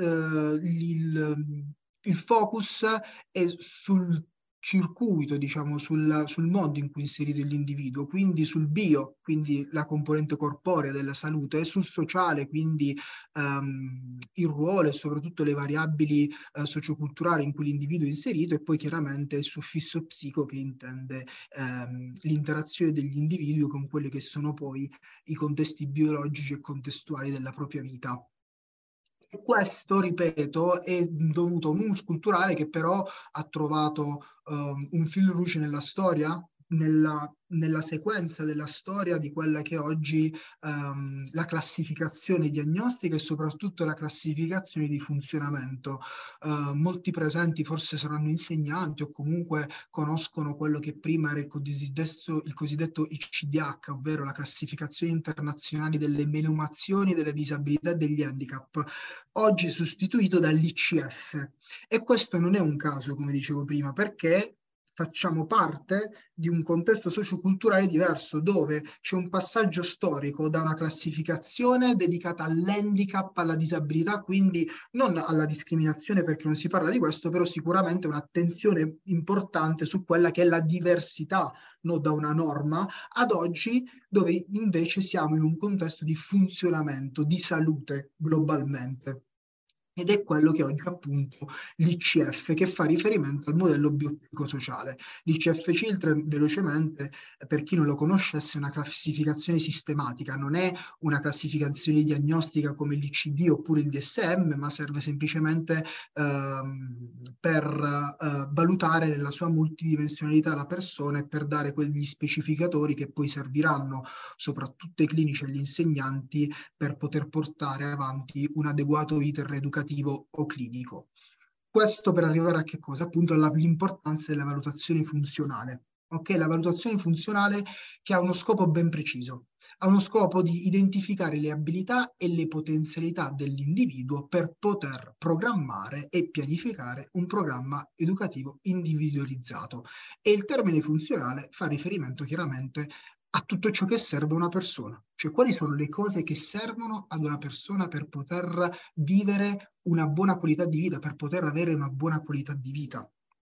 il focus è sul circuito, diciamo, sul modo in cui è inserito l'individuo, quindi sul bio, quindi la componente corporea della salute, e sul sociale, quindi il ruolo e soprattutto le variabili socioculturali in cui l'individuo è inserito, e poi chiaramente il suffisso psico che intende l'interazione degli individui con quelli che sono poi i contesti biologici e contestuali della propria vita. E questo, ripeto, è dovuto a un humus culturale che però ha trovato un fil rouge nella storia, nella sequenza della storia di quella che oggi la classificazione diagnostica e soprattutto la classificazione di funzionamento. Molti presenti forse saranno insegnanti o comunque conoscono quello che prima era il cosiddetto ICDH, ovvero la classificazione internazionale delle menomazioni, delle disabilità e degli handicap, oggi sostituito dall'ICF. E questo non è un caso, come dicevo prima, perché facciamo parte di un contesto socioculturale diverso, dove c'è un passaggio storico da una classificazione dedicata all'handicap, alla disabilità, quindi non alla discriminazione perché non si parla di questo, però sicuramente un'attenzione importante su quella che è la diversità, no, da una norma, ad oggi dove invece siamo in un contesto di funzionamento, di salute globalmente. Ed è quello che oggi appunto l'ICF, che fa riferimento al modello biopsicosociale. L'ICF Children, velocemente, per chi non lo conoscesse, è una classificazione sistematica, non è una classificazione diagnostica come l'ICD oppure il DSM, ma serve semplicemente per valutare nella sua multidimensionalità la persona e per dare quegli specificatori che poi serviranno soprattutto ai clinici e agli insegnanti per poter portare avanti un adeguato iter educativo o clinico. Questo per arrivare a che cosa? Appunto all'importanza della valutazione funzionale. Ok, la valutazione funzionale che ha uno scopo ben preciso, ha uno scopo di identificare le abilità e le potenzialità dell'individuo per poter programmare e pianificare un programma educativo individualizzato. E il termine funzionale fa riferimento chiaramente a tutto ciò che serve a una persona, cioè quali sono le cose che servono ad una persona per poter vivere una buona qualità di vita, per poter avere una buona qualità di vita.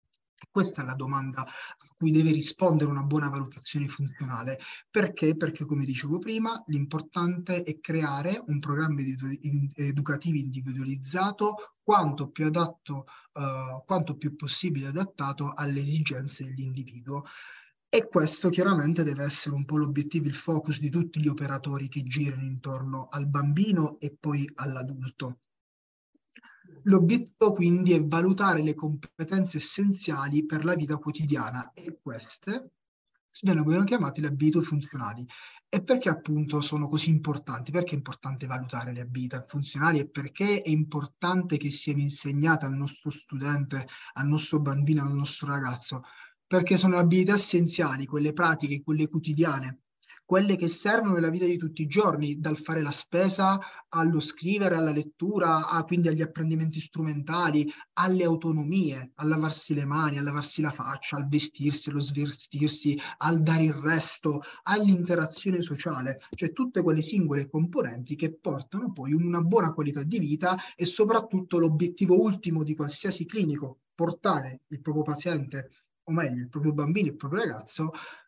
Questa è la domanda a cui deve rispondere una buona valutazione funzionale. Perché? Perché, come dicevo prima, l'importante è creare un programma educativo individualizzato quanto più adatto, quanto più possibile adattato alle esigenze dell'individuo. E questo chiaramente deve essere un po' l'obiettivo, il focus di tutti gli operatori che girano intorno al bambino e poi all'adulto. L'obiettivo quindi è valutare le competenze essenziali per la vita quotidiana e queste vengono chiamate le abilità funzionali. E perché appunto sono così importanti? Perché è importante valutare le abilità funzionali e perché è importante che siano insegnate al nostro studente, al nostro bambino, al nostro ragazzo? Perché sono abilità essenziali, quelle pratiche, quelle quotidiane, quelle che servono nella vita di tutti i giorni, dal fare la spesa allo scrivere, alla lettura, quindi agli apprendimenti strumentali, alle autonomie, a lavarsi le mani, a lavarsi la faccia, al vestirsi, allo svestirsi, al dare il resto, all'interazione sociale, cioè tutte quelle singole componenti che portano poi una buona qualità di vita e soprattutto l'obiettivo ultimo di qualsiasi clinico, portare il proprio paziente, o meglio, il proprio bambino, il proprio ragazzo,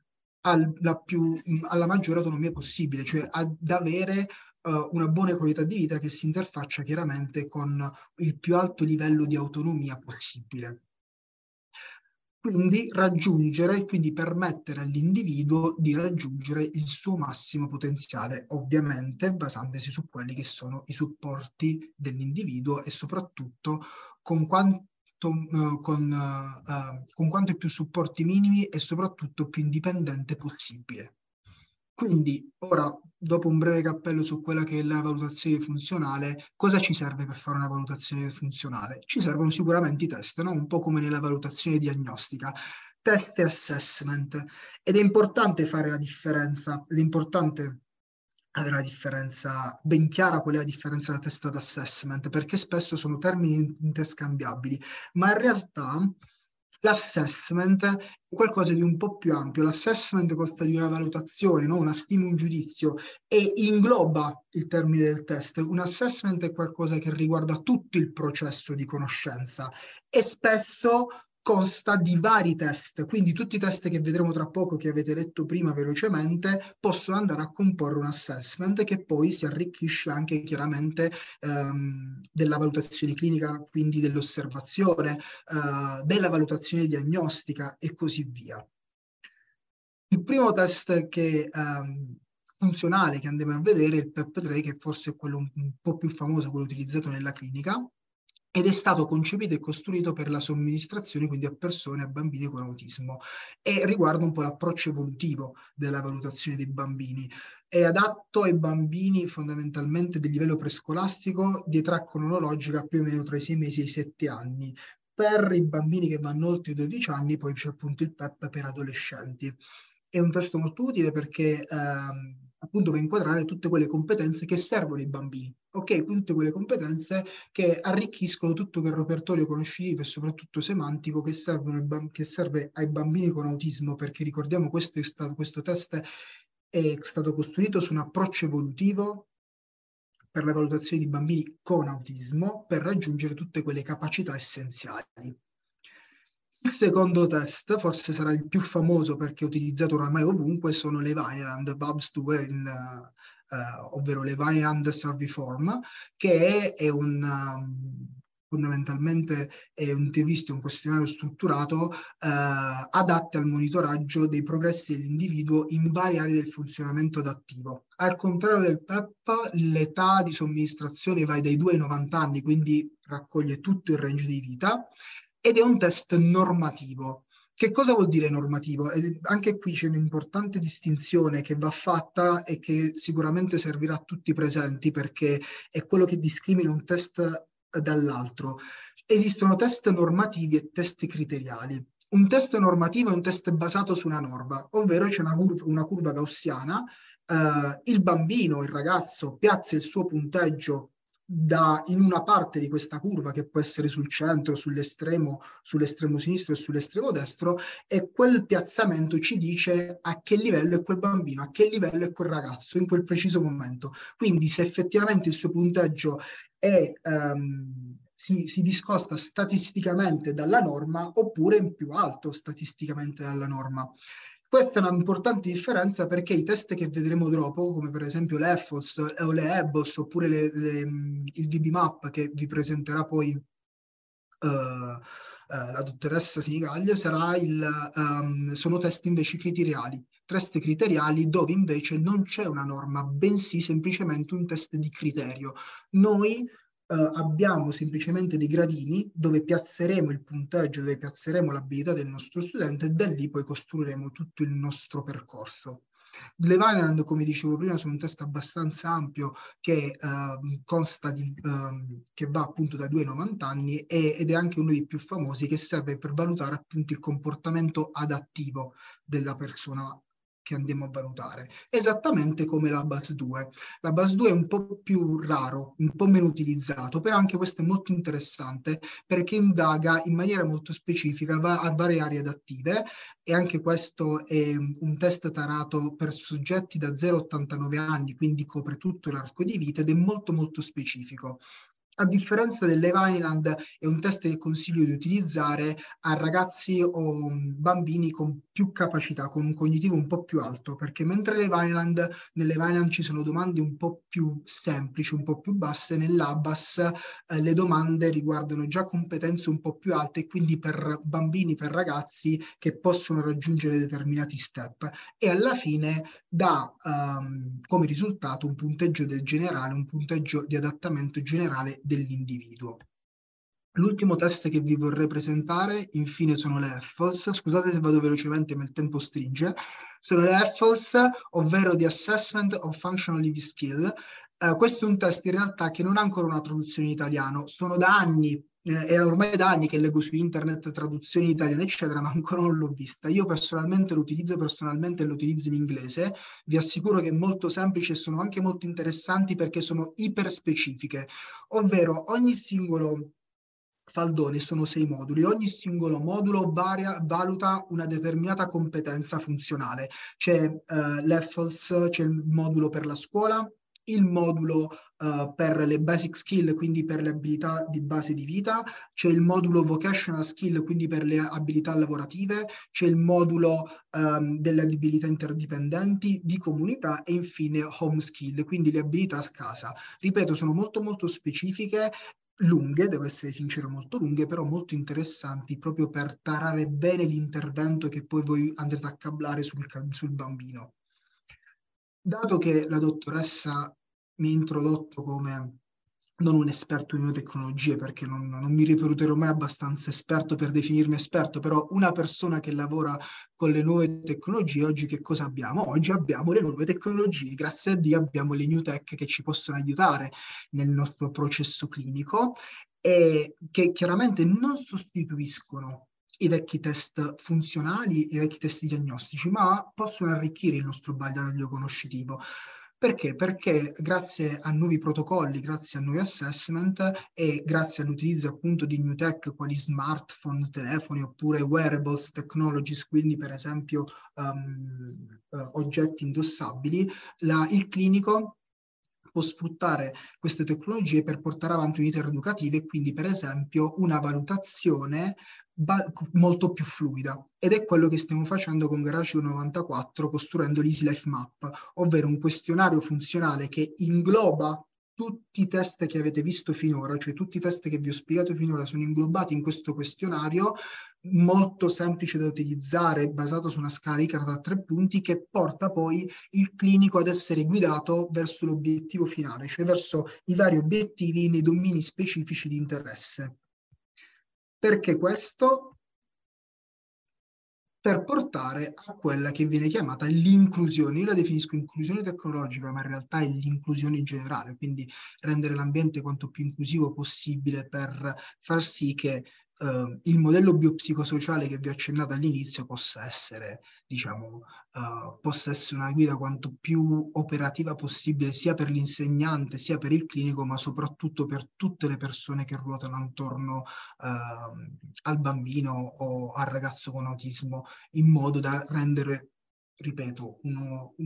alla maggiore autonomia possibile, cioè ad avere una buona qualità di vita che si interfaccia chiaramente con il più alto livello di autonomia possibile. Quindi permettere all'individuo di raggiungere il suo massimo potenziale, ovviamente basandosi su quelli che sono i supporti dell'individuo e soprattutto con quanto più supporti minimi e soprattutto più indipendente possibile. Quindi ora, dopo un breve cappello su quella che è la valutazione funzionale, cosa ci serve per fare una valutazione funzionale? Ci servono sicuramente i test, no? Un po' come nella valutazione diagnostica, test e assessment. Ed è importante fare la differenza, ed è importante avere la differenza ben chiara qual è la differenza tra test ed assessment, perché spesso sono termini interscambiabili, ma in realtà l'assessment è qualcosa di un po' più ampio. L'assessment consta di una valutazione, no? Una stima, un giudizio, e ingloba il termine del test. Un assessment è qualcosa che riguarda tutto il processo di conoscenza e spesso consta di vari test, quindi tutti i test che vedremo tra poco, che avete letto prima velocemente, possono andare a comporre un assessment che poi si arricchisce anche chiaramente della valutazione clinica, quindi dell'osservazione, della valutazione diagnostica e così via. Il primo test funzionale che andiamo a vedere è il PEP3, che forse è quello un po' più famoso, quello utilizzato nella clinica, ed è stato concepito e costruito per la somministrazione quindi a persone, a bambini con autismo, e riguarda un po' l'approccio evolutivo della valutazione dei bambini. È adatto ai bambini fondamentalmente del livello prescolastico di età cronologica più o meno tra i 6 mesi e i 7 anni. Per i bambini che vanno oltre i 12 anni poi c'è appunto il PEP per adolescenti. È un testo molto utile perché appunto va a inquadrare tutte quelle competenze che servono ai bambini, ok? Tutte quelle competenze che arricchiscono tutto quel repertorio conoscitivo e soprattutto semantico che serve ai bambini con autismo, perché ricordiamo questo test è stato costruito su un approccio evolutivo per la valutazione di bambini con autismo per raggiungere tutte quelle capacità essenziali. Il secondo test, forse sarà il più famoso perché è utilizzato oramai ovunque, sono le Vineland VABS 2, ovvero le Vineland Survey Form, che è fondamentalmente è un questionario strutturato adatto al monitoraggio dei progressi dell'individuo in varie aree del funzionamento adattivo. Al contrario del PEP, l'età di somministrazione va dai 2 ai 90 anni, quindi raccoglie tutto il range di vita, ed è un test normativo. Che cosa vuol dire normativo? Anche qui c'è un'importante distinzione che va fatta e che sicuramente servirà a tutti i presenti, perché è quello che discrimina un test dall'altro. Esistono test normativi e test criteriali. Un test normativo è un test basato su una norma, ovvero c'è una curva gaussiana, il bambino, il ragazzo piazza il suo punteggio in una parte di questa curva, che può essere sul centro, sull'estremo sinistro e sull'estremo destro, e quel piazzamento ci dice a che livello è quel bambino, a che livello è quel ragazzo in quel preciso momento. Quindi se effettivamente il suo punteggio è si discosta statisticamente dalla norma oppure in più alto statisticamente dalla norma. Questa è una importante differenza perché i test che vedremo dopo, come per esempio l'EFOS o le EBOS oppure il VB-MAP che vi presenterà poi la dottoressa Sinigaglia, sono test invece criteriali, test criteriali dove invece non c'è una norma, bensì semplicemente un test di criterio. Noi abbiamo semplicemente dei gradini dove piazzeremo il punteggio, dove piazzeremo l'abilità del nostro studente e da lì poi costruiremo tutto il nostro percorso. Le Vineland, come dicevo prima, sono un test abbastanza ampio che consta che va appunto da 2 ai 90 anni ed è anche uno dei più famosi che serve per valutare appunto il comportamento adattivo della persona che andiamo a valutare, esattamente come la BAS2. La BAS2 è un po' più raro, un po' meno utilizzato, però anche questo è molto interessante perché indaga in maniera molto specifica a varie aree adattive e anche questo è un test tarato per soggetti da 0 a 89 anni, quindi copre tutto l'arco di vita ed è molto molto specifico. A differenza delle Vineland, è un test che consiglio di utilizzare a ragazzi o bambini con più capacità, con un cognitivo un po' più alto, perché mentre nelle Vineland ci sono domande un po' più semplici, un po' più basse, nell'ABAS le domande riguardano già competenze un po' più alte e quindi per bambini, per ragazzi che possono raggiungere determinati step. E alla fine dà come risultato un punteggio del generale, un punteggio di adattamento generale dell'individuo. L'ultimo test che vi vorrei presentare, infine, sono le EFFOLS. Scusate se vado velocemente, ma il tempo stringe. Sono le EFFOLS, ovvero The Assessment of Functional Living Skill. Questo è un test in realtà che non ha ancora una traduzione in italiano. Sono da anni, è ormai da anni che leggo su internet traduzioni italiane, eccetera, ma ancora non l'ho vista. Io personalmente lo utilizzo in inglese. Vi assicuro che è molto semplice e sono anche molto interessanti perché sono iper specifiche, ovvero ogni singolo faldone, sono 6 moduli, ogni singolo modulo valuta una determinata competenza funzionale. C'è l'EFFOLS, c'è il modulo per la scuola, il modulo per le basic skill, quindi per le abilità di base di vita, c'è il modulo vocational skill, quindi per le abilità lavorative, c'è il modulo delle abilità interdipendenti, di comunità e infine home skill, quindi le abilità a casa. Ripeto, sono molto molto specifiche, lunghe, devo essere sincero, molto lunghe, però molto interessanti proprio per tarare bene l'intervento che poi voi andrete a cablare sul bambino. Dato che la dottoressa mi ha introdotto come non un esperto in neotecnologie, perché non mi ripeterò mai abbastanza esperto per definirmi esperto, però una persona che lavora con le nuove tecnologie, oggi che cosa abbiamo? Oggi abbiamo le nuove tecnologie, grazie a Dio abbiamo le new tech che ci possono aiutare nel nostro processo clinico e che chiaramente non sostituiscono i vecchi test funzionali e i vecchi test diagnostici, ma possono arricchire il nostro bagaglio conoscitivo. Perché? Perché grazie a nuovi protocolli, grazie a nuovi assessment e grazie all'utilizzo appunto di new tech quali smartphone, telefoni oppure wearables technologies, quindi per esempio oggetti indossabili, il clinico può sfruttare queste tecnologie per portare avanti un'iter educativa e quindi per esempio una valutazione molto più fluida, ed è quello che stiamo facendo con Garage 94 costruendo l'Easy Life Map, ovvero un questionario funzionale che ingloba tutti i test che avete visto finora, cioè tutti i test che vi ho spiegato finora sono inglobati in questo questionario molto semplice da utilizzare, basato su una scala Likert a 3 punti che porta poi il clinico ad essere guidato verso l'obiettivo finale, cioè verso i vari obiettivi nei domini specifici di interesse. Perché questo? Per portare a quella che viene chiamata l'inclusione. Io la definisco inclusione tecnologica, ma in realtà è l'inclusione generale, quindi rendere l'ambiente quanto più inclusivo possibile per far sì che il modello biopsicosociale che vi ho accennato all'inizio possa essere, diciamo, possa essere una guida quanto più operativa possibile sia per l'insegnante sia per il clinico, ma soprattutto per tutte le persone che ruotano intorno al bambino o al ragazzo con autismo, in modo da rendere, ripeto,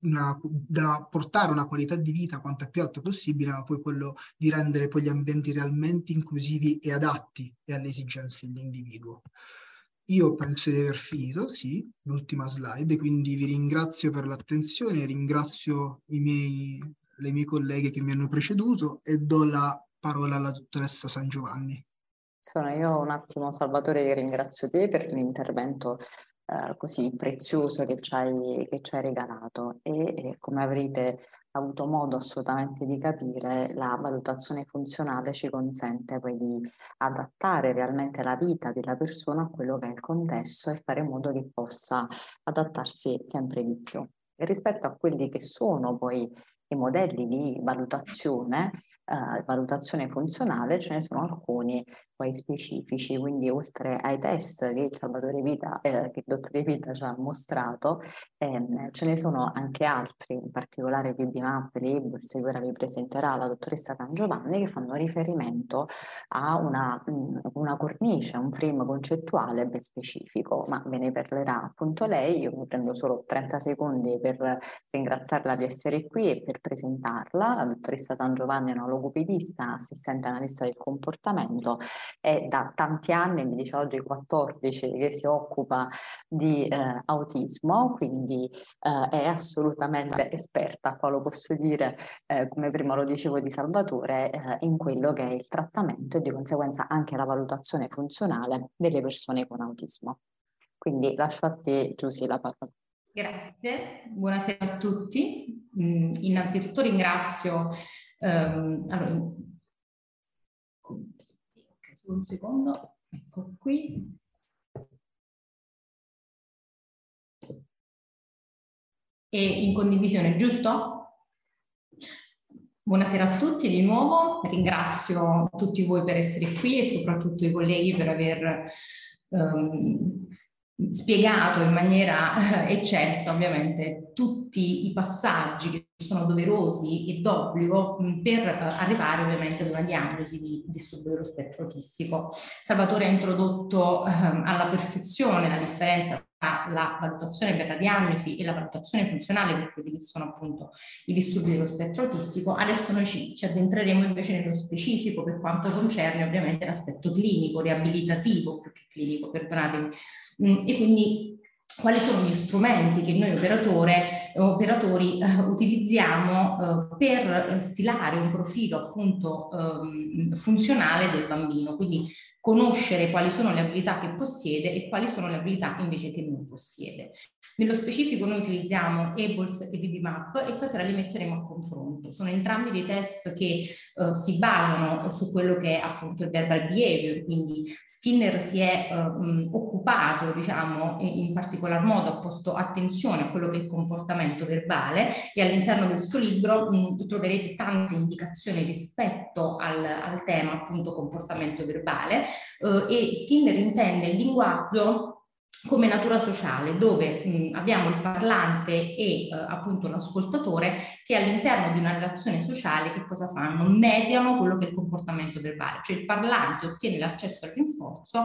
da portare una qualità di vita quanto più alta possibile, ma poi quello di rendere poi gli ambienti realmente inclusivi e adatti alle esigenze dell'individuo. Io penso di aver finito, sì, l'ultima slide, quindi vi ringrazio per l'attenzione, ringrazio le mie colleghe che mi hanno preceduto e do la parola alla dottoressa San Giovanni. Sono io un attimo, Salvatore, che ringrazio te per l'intervento così prezioso che ci hai regalato e come avrete avuto modo assolutamente di capire, la valutazione funzionale ci consente poi di adattare realmente la vita della persona a quello che è il contesto e fare in modo che possa adattarsi sempre di più. E rispetto a quelli che sono poi i modelli di valutazione funzionale, ce ne sono alcuni poi specifici, quindi oltre ai test che che il dottore Vita ci ha mostrato, ce ne sono anche altri, in particolare VB-MAP, l'Ebus, che ora vi presenterà la dottoressa San Giovanni, che fanno riferimento a una cornice, un frame concettuale ben specifico, ma ve ne parlerà appunto lei. Io mi prendo solo 30 secondi per ringraziarla di essere qui e per presentarla. La dottoressa San Giovanni è una logopedista, assistente analista del comportamento, è da tanti anni, mi dice oggi 14, che si occupa di autismo, quindi è assolutamente esperta, qua lo posso dire, come prima lo dicevo di Salvatore, in quello che è il trattamento e di conseguenza anche la valutazione funzionale delle persone con autismo. Quindi lascio a te, Giusy, la parola. Grazie, buonasera a tutti. Innanzitutto ringrazio, allora, solo un secondo, ecco qui. E in condivisione, giusto? Buonasera a tutti di nuovo, ringrazio tutti voi per essere qui e soprattutto i colleghi per aver spiegato in maniera eccelsa ovviamente tutti i passaggi che sono doverosi e d'obbligo per arrivare ovviamente ad una diagnosi di disturbo dello spettro autistico. Salvatore ha introdotto alla perfezione la differenza tra la valutazione per la diagnosi e la valutazione funzionale per quelli che sono appunto i disturbi dello spettro autistico. Adesso noi ci addentreremo invece nello specifico per quanto concerne ovviamente l'aspetto clinico, riabilitativo più che clinico, perdonatemi, e quindi quali sono gli strumenti che noi operatori utilizziamo per stilare un profilo appunto funzionale del bambino, quindi conoscere quali sono le abilità che possiede e quali sono le abilità invece che non possiede. Nello specifico noi utilizziamo EBOLS e VB-MAP e stasera li metteremo a confronto. Sono entrambi dei test che si basano su quello che è appunto il verbal behavior, quindi Skinner si è occupato, diciamo, in particolar modo, ha posto attenzione a quello che è il comportamento verbale e all'interno del suo libro troverete tante indicazioni rispetto al tema appunto comportamento verbale e Skinner intende il linguaggio come natura sociale, dove abbiamo il parlante e appunto l'ascoltatore che all'interno di una relazione sociale che cosa fanno? Mediano quello che è il comportamento verbale, cioè il parlante ottiene l'accesso al rinforzo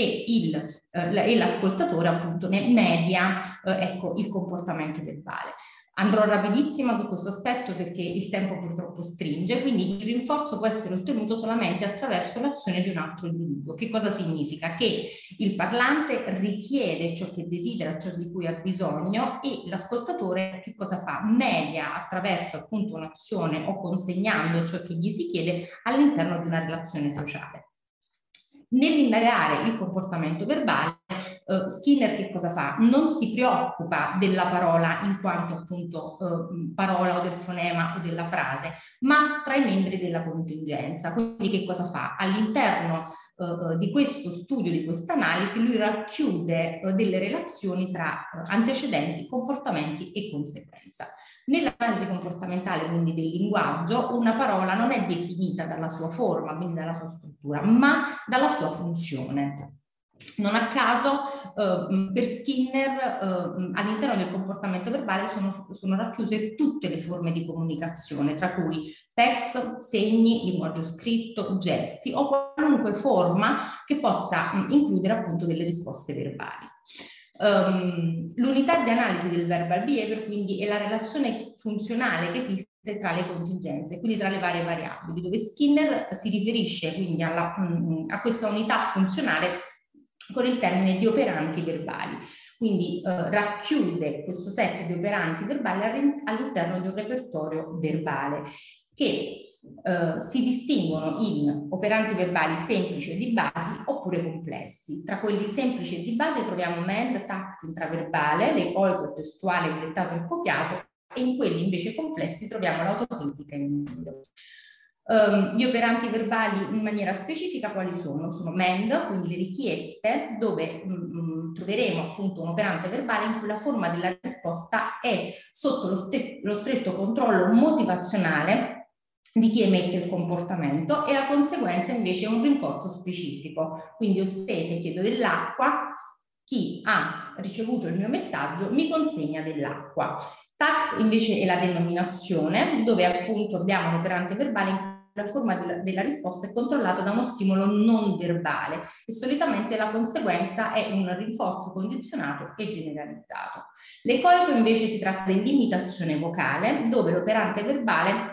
e l'ascoltatore appunto ne media ecco, il comportamento verbale. Andrò rapidissima su questo aspetto perché il tempo purtroppo stringe, quindi il rinforzo può essere ottenuto solamente attraverso l'azione di un altro individuo. Che cosa significa? Che il parlante richiede ciò che desidera, ciò di cui ha bisogno e l'ascoltatore che cosa fa? Media attraverso appunto un'azione o consegnando ciò che gli si chiede all'interno di una relazione sociale. Nell'indagare il comportamento verbale, Skinner che cosa fa? Non si preoccupa della parola in quanto appunto parola o del fonema o della frase, ma tra i membri della contingenza. Quindi che cosa fa? All'interno di questo studio, di questa analisi, lui racchiude delle relazioni tra antecedenti, comportamenti e conseguenza. Nell'analisi comportamentale, quindi del linguaggio, una parola non è definita dalla sua forma, quindi dalla sua struttura, ma dalla sua funzione. Non a caso per Skinner all'interno del comportamento verbale sono racchiuse tutte le forme di comunicazione, tra cui text, segni, linguaggio scritto, gesti o qualunque forma che possa includere appunto delle risposte verbali. L'unità di analisi del verbal behavior quindi è la relazione funzionale che esiste tra le contingenze, quindi tra le varie variabili, dove Skinner si riferisce quindi a questa unità funzionale con il termine di operanti verbali. Quindi racchiude questo set di operanti verbali all'interno di un repertorio verbale che si distinguono in operanti verbali semplici e di base oppure complessi. Tra quelli semplici e di base troviamo mend, tact, intraverbale, l'ecoico, il testuale, il dettato e il copiato, e in quelli invece complessi troviamo l'autocritica e il medio. Gli operanti verbali in maniera specifica quali sono? Sono mend, quindi le richieste, dove troveremo appunto un operante verbale in cui la forma della risposta è sotto lo stretto controllo motivazionale di chi emette il comportamento, e la conseguenza invece è un rinforzo specifico. Quindi ho sete, chiedo dell'acqua, chi ha ricevuto il mio messaggio mi consegna dell'acqua. Tact invece è la denominazione, dove appunto abbiamo un operante verbale in cui la forma della risposta è controllata da uno stimolo non verbale e solitamente la conseguenza è un rinforzo condizionato e generalizzato. L'ecoico invece si tratta dell'imitazione vocale, dove l'operante verbale,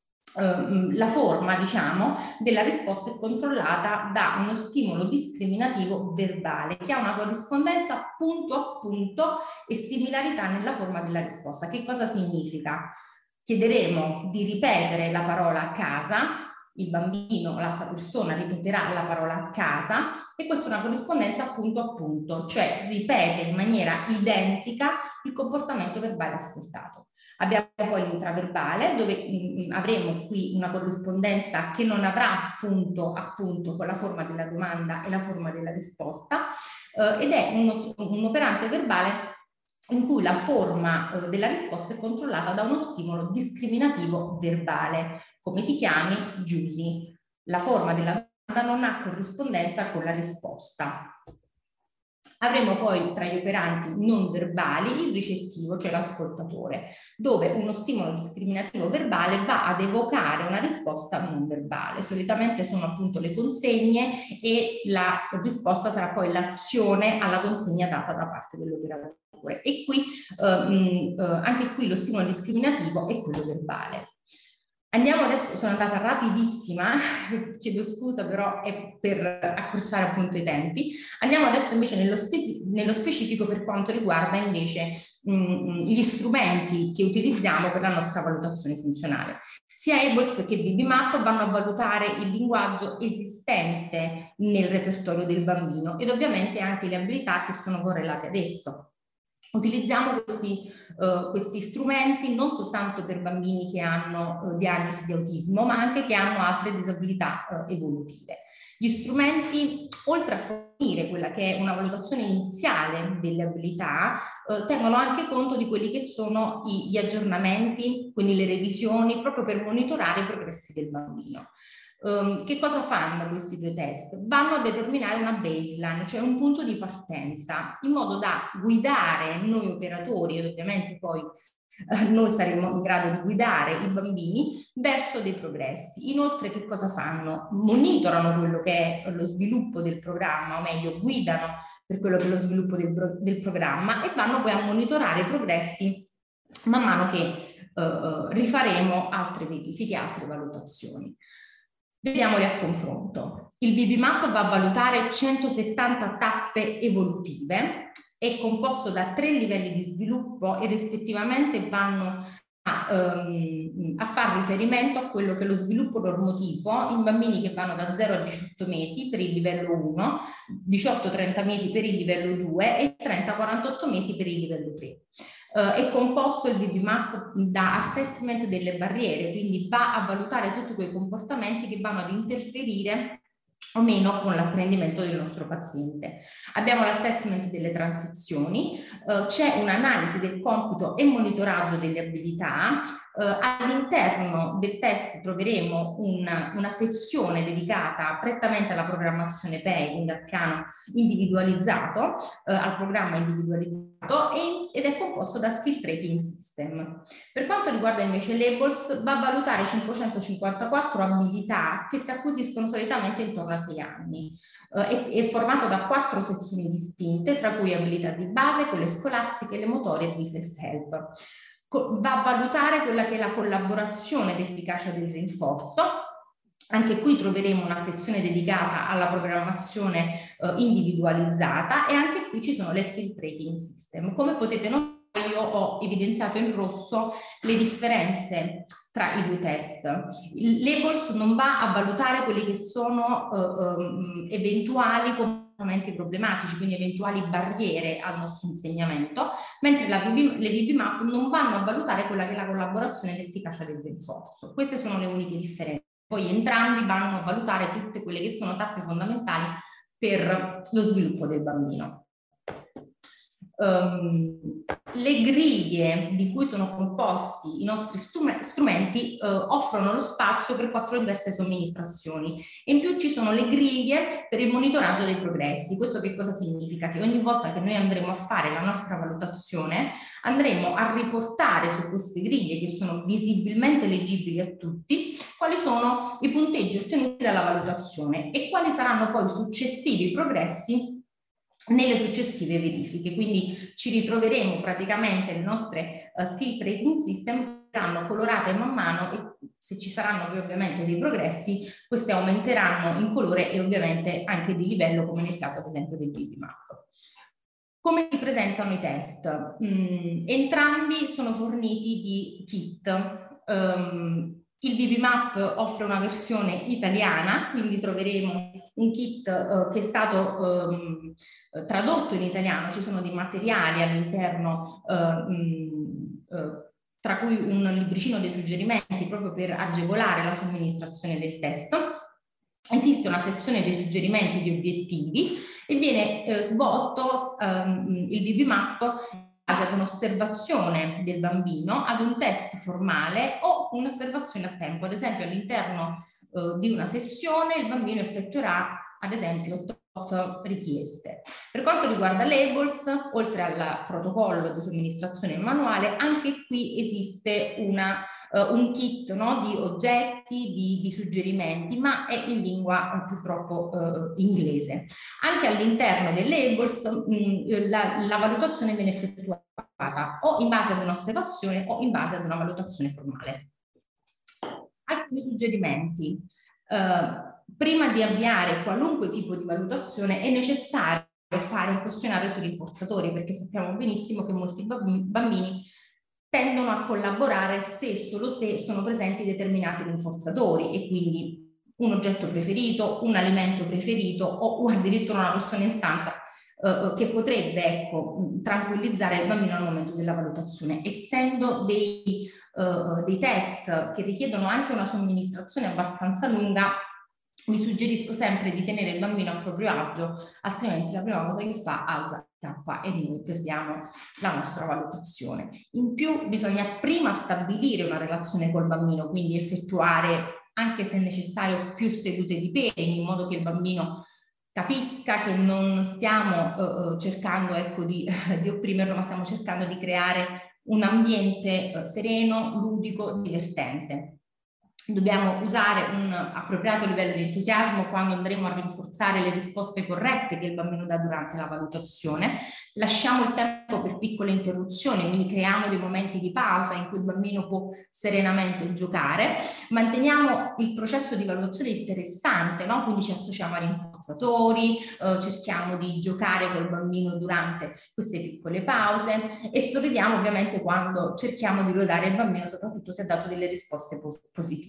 la forma, diciamo, della risposta è controllata da uno stimolo discriminativo verbale che ha una corrispondenza punto a punto e similarità nella forma della risposta. Che cosa significa? Chiederemo di ripetere la parola casa, il bambino, l'altra persona ripeterà la parola casa, e questa è una corrispondenza punto a punto, cioè ripete in maniera identica il comportamento verbale ascoltato. Abbiamo poi l'intraverbale, dove avremo qui una corrispondenza che non avrà punto a punto con la forma della domanda e la forma della risposta, ed è un operante verbale in cui la forma della risposta è controllata da uno stimolo discriminativo verbale. Come ti chiami? Giusy. La forma della domanda non ha corrispondenza con la risposta. Avremo poi tra gli operanti non verbali il ricettivo, cioè l'ascoltatore, dove uno stimolo discriminativo verbale va ad evocare una risposta non verbale. Solitamente sono appunto le consegne e la risposta sarà poi l'azione alla consegna data da parte dell'operatore. E qui anche qui lo stimolo discriminativo è quello verbale. Andiamo adesso, sono andata rapidissima, chiedo scusa, però è per accorciare appunto i tempi. Andiamo adesso invece nello specifico per quanto riguarda invece gli strumenti che utilizziamo per la nostra valutazione funzionale. Sia Abels che BBMAP vanno a valutare il linguaggio esistente nel repertorio del bambino ed ovviamente anche le abilità che sono correlate ad esso. Utilizziamo questi strumenti non soltanto per bambini che hanno diagnosi di autismo, ma anche che hanno altre disabilità evolutive. Gli strumenti, oltre a fornire quella che è una valutazione iniziale delle abilità, tengono anche conto di quelli che sono gli aggiornamenti, quindi le revisioni, proprio per monitorare i progressi del bambino. Che cosa fanno questi due test? Vanno a determinare una baseline, cioè un punto di partenza, in modo da guidare noi operatori ed ovviamente poi noi saremo in grado di guidare i bambini verso dei progressi. Inoltre che cosa fanno? Monitorano quello che è lo sviluppo del programma, o meglio guidano per quello che è lo sviluppo del programma e vanno poi a monitorare i progressi man mano che rifaremo altre verifiche, altre valutazioni. Vediamoli a confronto. Il BBMAP va a valutare 170 tappe evolutive, è composto da 3 livelli di sviluppo e rispettivamente vanno a far riferimento a quello che è lo sviluppo normativo in bambini che vanno da 0 a 18 mesi per il livello 1, 18-30 mesi per il livello 2 e 30-48 mesi per il livello 3. È composto il BBMAP da assessment delle barriere, quindi va a valutare tutti quei comportamenti che vanno ad interferire o meno con l'apprendimento del nostro paziente. Abbiamo l'assessment delle transizioni, c'è un'analisi del computo e monitoraggio delle abilità. All'interno del test troveremo una sezione dedicata prettamente alla programmazione PEI, quindi al piano individualizzato, al programma individualizzato ed è composto da skill tracking system. Per quanto riguarda invece l'Abels, va a valutare 554 abilità che si acquisiscono solitamente intorno al 6 anni. È formato da 4 sezioni distinte, tra cui abilità di base, quelle scolastiche, le motorie e di self-help. Va a valutare quella che è la collaborazione ed efficacia del rinforzo. Anche qui troveremo una sezione dedicata alla programmazione individualizzata, e anche qui ci sono le skill tracking system. Come potete notare, io ho evidenziato in rosso le differenze tra i due test. L'Evols non va a valutare quelli che sono eventuali comportamenti problematici, quindi eventuali barriere al nostro insegnamento, mentre le VB-Map non vanno a valutare quella che è la collaborazione ed efficacia del rinforzo. Queste sono le uniche differenze. Poi entrambi vanno a valutare tutte quelle che sono tappe fondamentali per lo sviluppo del bambino. Le griglie di cui sono composti i nostri strumenti offrono lo spazio per 4 diverse somministrazioni, e in più ci sono le griglie per il monitoraggio dei progressi. Questo che cosa significa? Che ogni volta che noi andremo a fare la nostra valutazione andremo a riportare su queste griglie, che sono visibilmente leggibili a tutti, quali sono i punteggi ottenuti dalla valutazione e quali saranno poi i successivi progressi nelle successive verifiche. Quindi ci ritroveremo praticamente le nostre skill tracking system che saranno colorate man mano, e se ci saranno poi ovviamente dei progressi, queste aumenteranno in colore e ovviamente anche di livello, come nel caso ad esempio del VB-Map. Come si presentano i test? Entrambi sono forniti di kit. Il VB-Map offre una versione italiana, quindi troveremo un kit che è stato tradotto in italiano. Ci sono dei materiali all'interno, tra cui un libricino dei suggerimenti proprio per agevolare la somministrazione del test. Esiste una sezione dei suggerimenti di obiettivi e viene svolto il VB-Map base ad un'osservazione del bambino, ad un test formale o un'osservazione a tempo. Ad esempio, all'interno di una sessione il bambino effettuerà ad esempio 8 richieste. Per quanto riguarda l'Evols, oltre al protocollo di somministrazione manuale, anche qui esiste un kit, no, di oggetti, di suggerimenti, ma è in lingua purtroppo inglese. Anche all'interno dell'Evols la valutazione viene effettuata o in base ad un'osservazione o in base ad una valutazione formale. Alcuni suggerimenti. Prima di avviare qualunque tipo di valutazione è necessario fare un questionario sui rinforzatori, perché sappiamo benissimo che molti bambini tendono a collaborare se e solo se sono presenti determinati rinforzatori, e quindi un oggetto preferito, un alimento preferito o addirittura una persona in stanza che potrebbe, ecco, tranquillizzare il bambino al momento della valutazione. Essendo dei test che richiedono anche una somministrazione abbastanza lunga, vi suggerisco sempre di tenere il bambino a proprio agio, altrimenti la prima cosa che fa alza, scappa e noi perdiamo la nostra valutazione. In più bisogna prima stabilire una relazione col bambino, quindi effettuare, anche se necessario, più sedute di pairing, in modo che il bambino capisca che non stiamo cercando, ecco, di opprimerlo, ma stiamo cercando di creare un ambiente sereno, ludico, divertente. Dobbiamo usare un appropriato livello di entusiasmo quando andremo a rinforzare le risposte corrette che il bambino dà durante la valutazione. Lasciamo il tempo per piccole interruzioni, quindi creiamo dei momenti di pausa in cui il bambino può serenamente giocare. Manteniamo il processo di valutazione interessante, no? Quindi ci associamo a rinforzatori, cerchiamo di giocare col bambino durante queste piccole pause e sorridiamo ovviamente quando cerchiamo di lodare il bambino, soprattutto se ha dato delle risposte positive.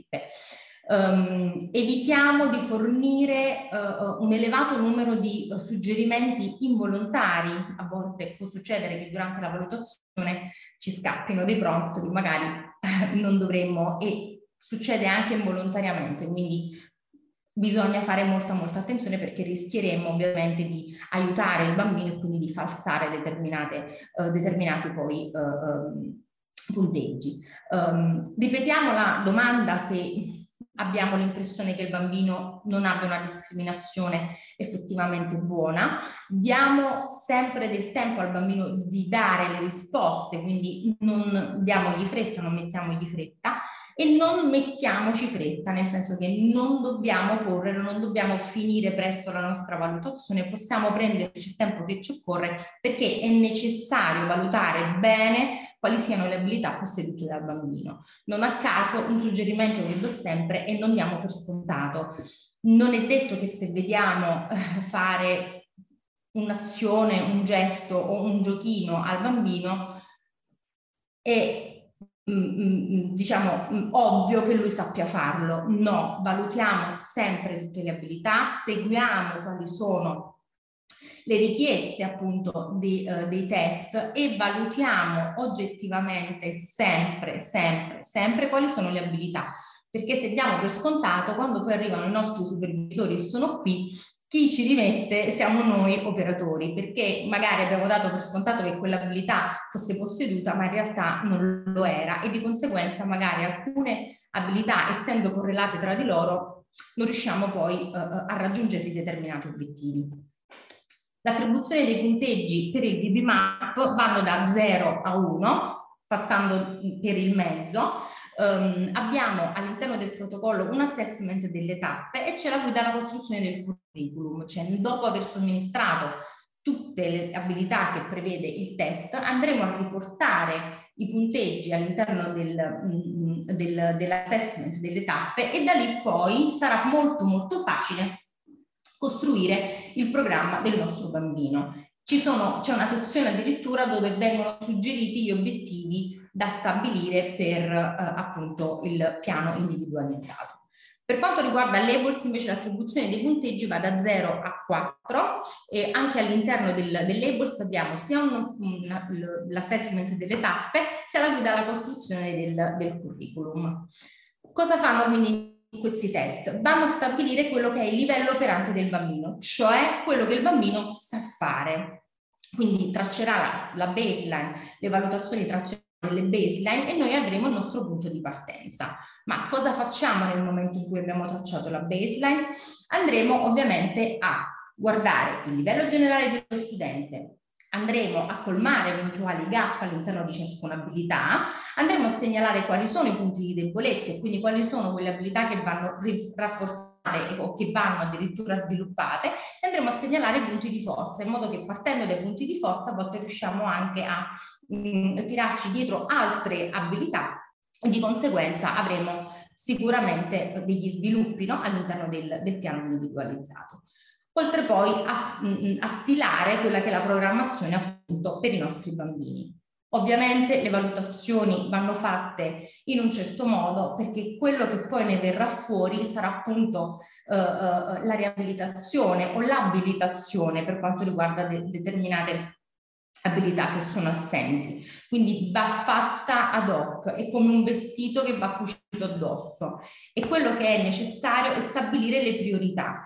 Evitiamo di fornire un elevato numero di suggerimenti involontari. A volte può succedere che durante la valutazione ci scappino dei prompt che magari non dovremmo, e succede anche involontariamente, quindi bisogna fare molta attenzione, perché rischieremmo ovviamente di aiutare il bambino e quindi di falsare determinati poi punteggi. Ripetiamo la domanda se abbiamo l'impressione che il bambino non abbia una discriminazione effettivamente buona. Diamo sempre del tempo al bambino di dare le risposte, quindi non diamogli fretta, non mettiamogli fretta e non mettiamoci fretta, nel senso che non dobbiamo correre, non dobbiamo finire presto la nostra valutazione, possiamo prenderci il tempo che ci occorre perché è necessario valutare bene quali siano le abilità possedute dal bambino. Non a caso un suggerimento che do sempre è non diamo per scontato. Non è detto che se vediamo fare un'azione, un gesto o un giochino al bambino è diciamo ovvio che lui sappia farlo. No, valutiamo sempre tutte le abilità, seguiamo quali sono le richieste appunto dei test e valutiamo oggettivamente sempre quali sono le abilità, perché se diamo per scontato, quando poi arrivano i nostri supervisori e sono qui, chi ci rimette siamo noi operatori, perché magari abbiamo dato per scontato che quell'abilità fosse posseduta, ma in realtà non lo era e di conseguenza magari alcune abilità, essendo correlate tra di loro, non riusciamo poi a raggiungere determinati obiettivi. L'attribuzione dei punteggi per il DBMAP vanno da 0 a 1, passando per il mezzo. Abbiamo all'interno del protocollo un assessment delle tappe e c'è la guida alla costruzione del curriculum, cioè dopo aver somministrato tutte le abilità che prevede il test andremo a riportare i punteggi all'interno dell'assessment delle tappe e da lì poi sarà molto facile costruire il programma del nostro bambino. C'è una sezione addirittura dove vengono suggeriti gli obiettivi da stabilire per appunto il piano individualizzato. Per quanto riguarda labels invece l'attribuzione dei punteggi va da 0 a 4 e anche all'interno del labels abbiamo sia l'assessment delle tappe sia la guida alla costruzione del curriculum. Cosa fanno quindi questi test? Vanno a stabilire quello che è il livello operante del bambino, cioè quello che il bambino sa fare. Quindi traccerà la baseline, le valutazioni tracceranno le baseline e noi avremo il nostro punto di partenza. Ma cosa facciamo nel momento in cui abbiamo tracciato la baseline? Andremo ovviamente a guardare il livello generale dello studente, andremo a colmare eventuali gap all'interno di ciascuna abilità, andremo a segnalare quali sono i punti di debolezza e quindi quali sono quelle abilità che vanno rafforzate o che vanno addirittura sviluppate e andremo a segnalare i punti di forza in modo che partendo dai punti di forza a volte riusciamo anche a tirarci dietro altre abilità e di conseguenza avremo sicuramente degli sviluppi, no? All'interno del piano individualizzato. Oltre poi a stilare quella che è la programmazione appunto per i nostri bambini. Ovviamente le valutazioni vanno fatte in un certo modo perché quello che poi ne verrà fuori sarà appunto la riabilitazione o l'abilitazione per quanto riguarda determinate abilità che sono assenti. Quindi va fatta ad hoc, è come un vestito che va cucito addosso e quello che è necessario è stabilire le priorità.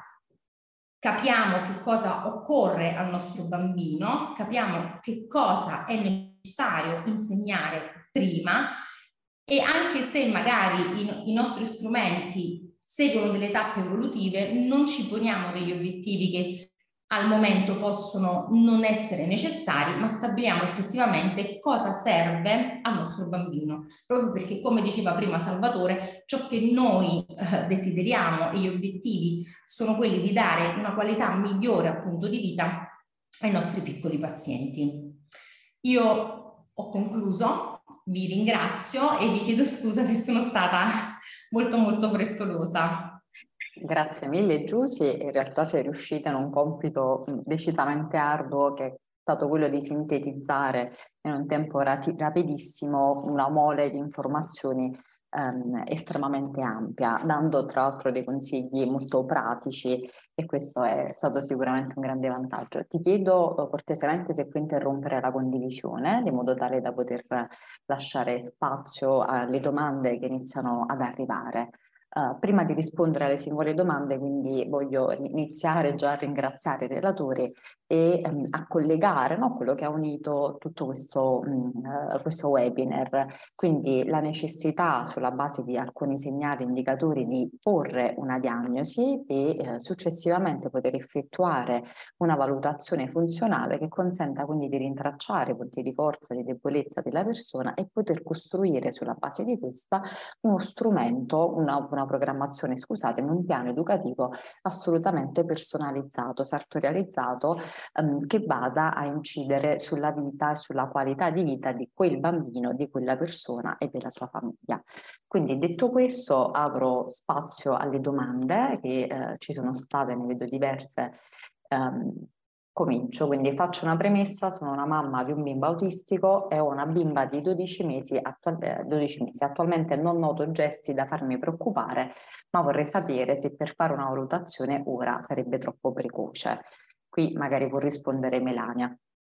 Capiamo che cosa occorre al nostro bambino, capiamo che cosa è necessario insegnare prima e anche se magari i nostri strumenti seguono delle tappe evolutive, non ci poniamo degli obiettivi che al momento possono non essere necessari, ma stabiliamo effettivamente cosa serve al nostro bambino, proprio perché, come diceva prima Salvatore, ciò che noi desideriamo e gli obiettivi sono quelli di dare una qualità migliore appunto di vita ai nostri piccoli pazienti. Io ho concluso, vi ringrazio e vi chiedo scusa se sono stata molto frettolosa. Grazie mille Giusy, in realtà sei riuscita in un compito decisamente arduo che è stato quello di sintetizzare in un tempo rapidissimo una mole di informazioni estremamente ampia, dando tra l'altro dei consigli molto pratici e questo è stato sicuramente un grande vantaggio. Ti chiedo cortesemente se puoi interrompere la condivisione di modo tale da poter lasciare spazio alle domande che iniziano ad arrivare. Prima di rispondere alle singole domande, quindi voglio iniziare già a ringraziare i relatori e a collegare, no, quello che ha unito tutto questo webinar, quindi la necessità sulla base di alcuni segnali indicatori di porre una diagnosi e successivamente poter effettuare una valutazione funzionale che consenta quindi di rintracciare i punti di forza e di debolezza della persona e poter costruire sulla base di questa uno strumento, una programmazione, scusatemi, un piano educativo assolutamente personalizzato, sartorializzato, che vada a incidere sulla vita e sulla qualità di vita di quel bambino, di quella persona e della sua famiglia. Quindi detto questo apro spazio alle domande che ci sono state, ne vedo diverse. Comincio, quindi faccio una premessa: sono una mamma di un bimbo autistico e ho una bimba di 12 mesi, 12 mesi. Attualmente non noto gesti da farmi preoccupare, ma vorrei sapere se per fare una valutazione ora sarebbe troppo precoce. Qui magari può rispondere Melania.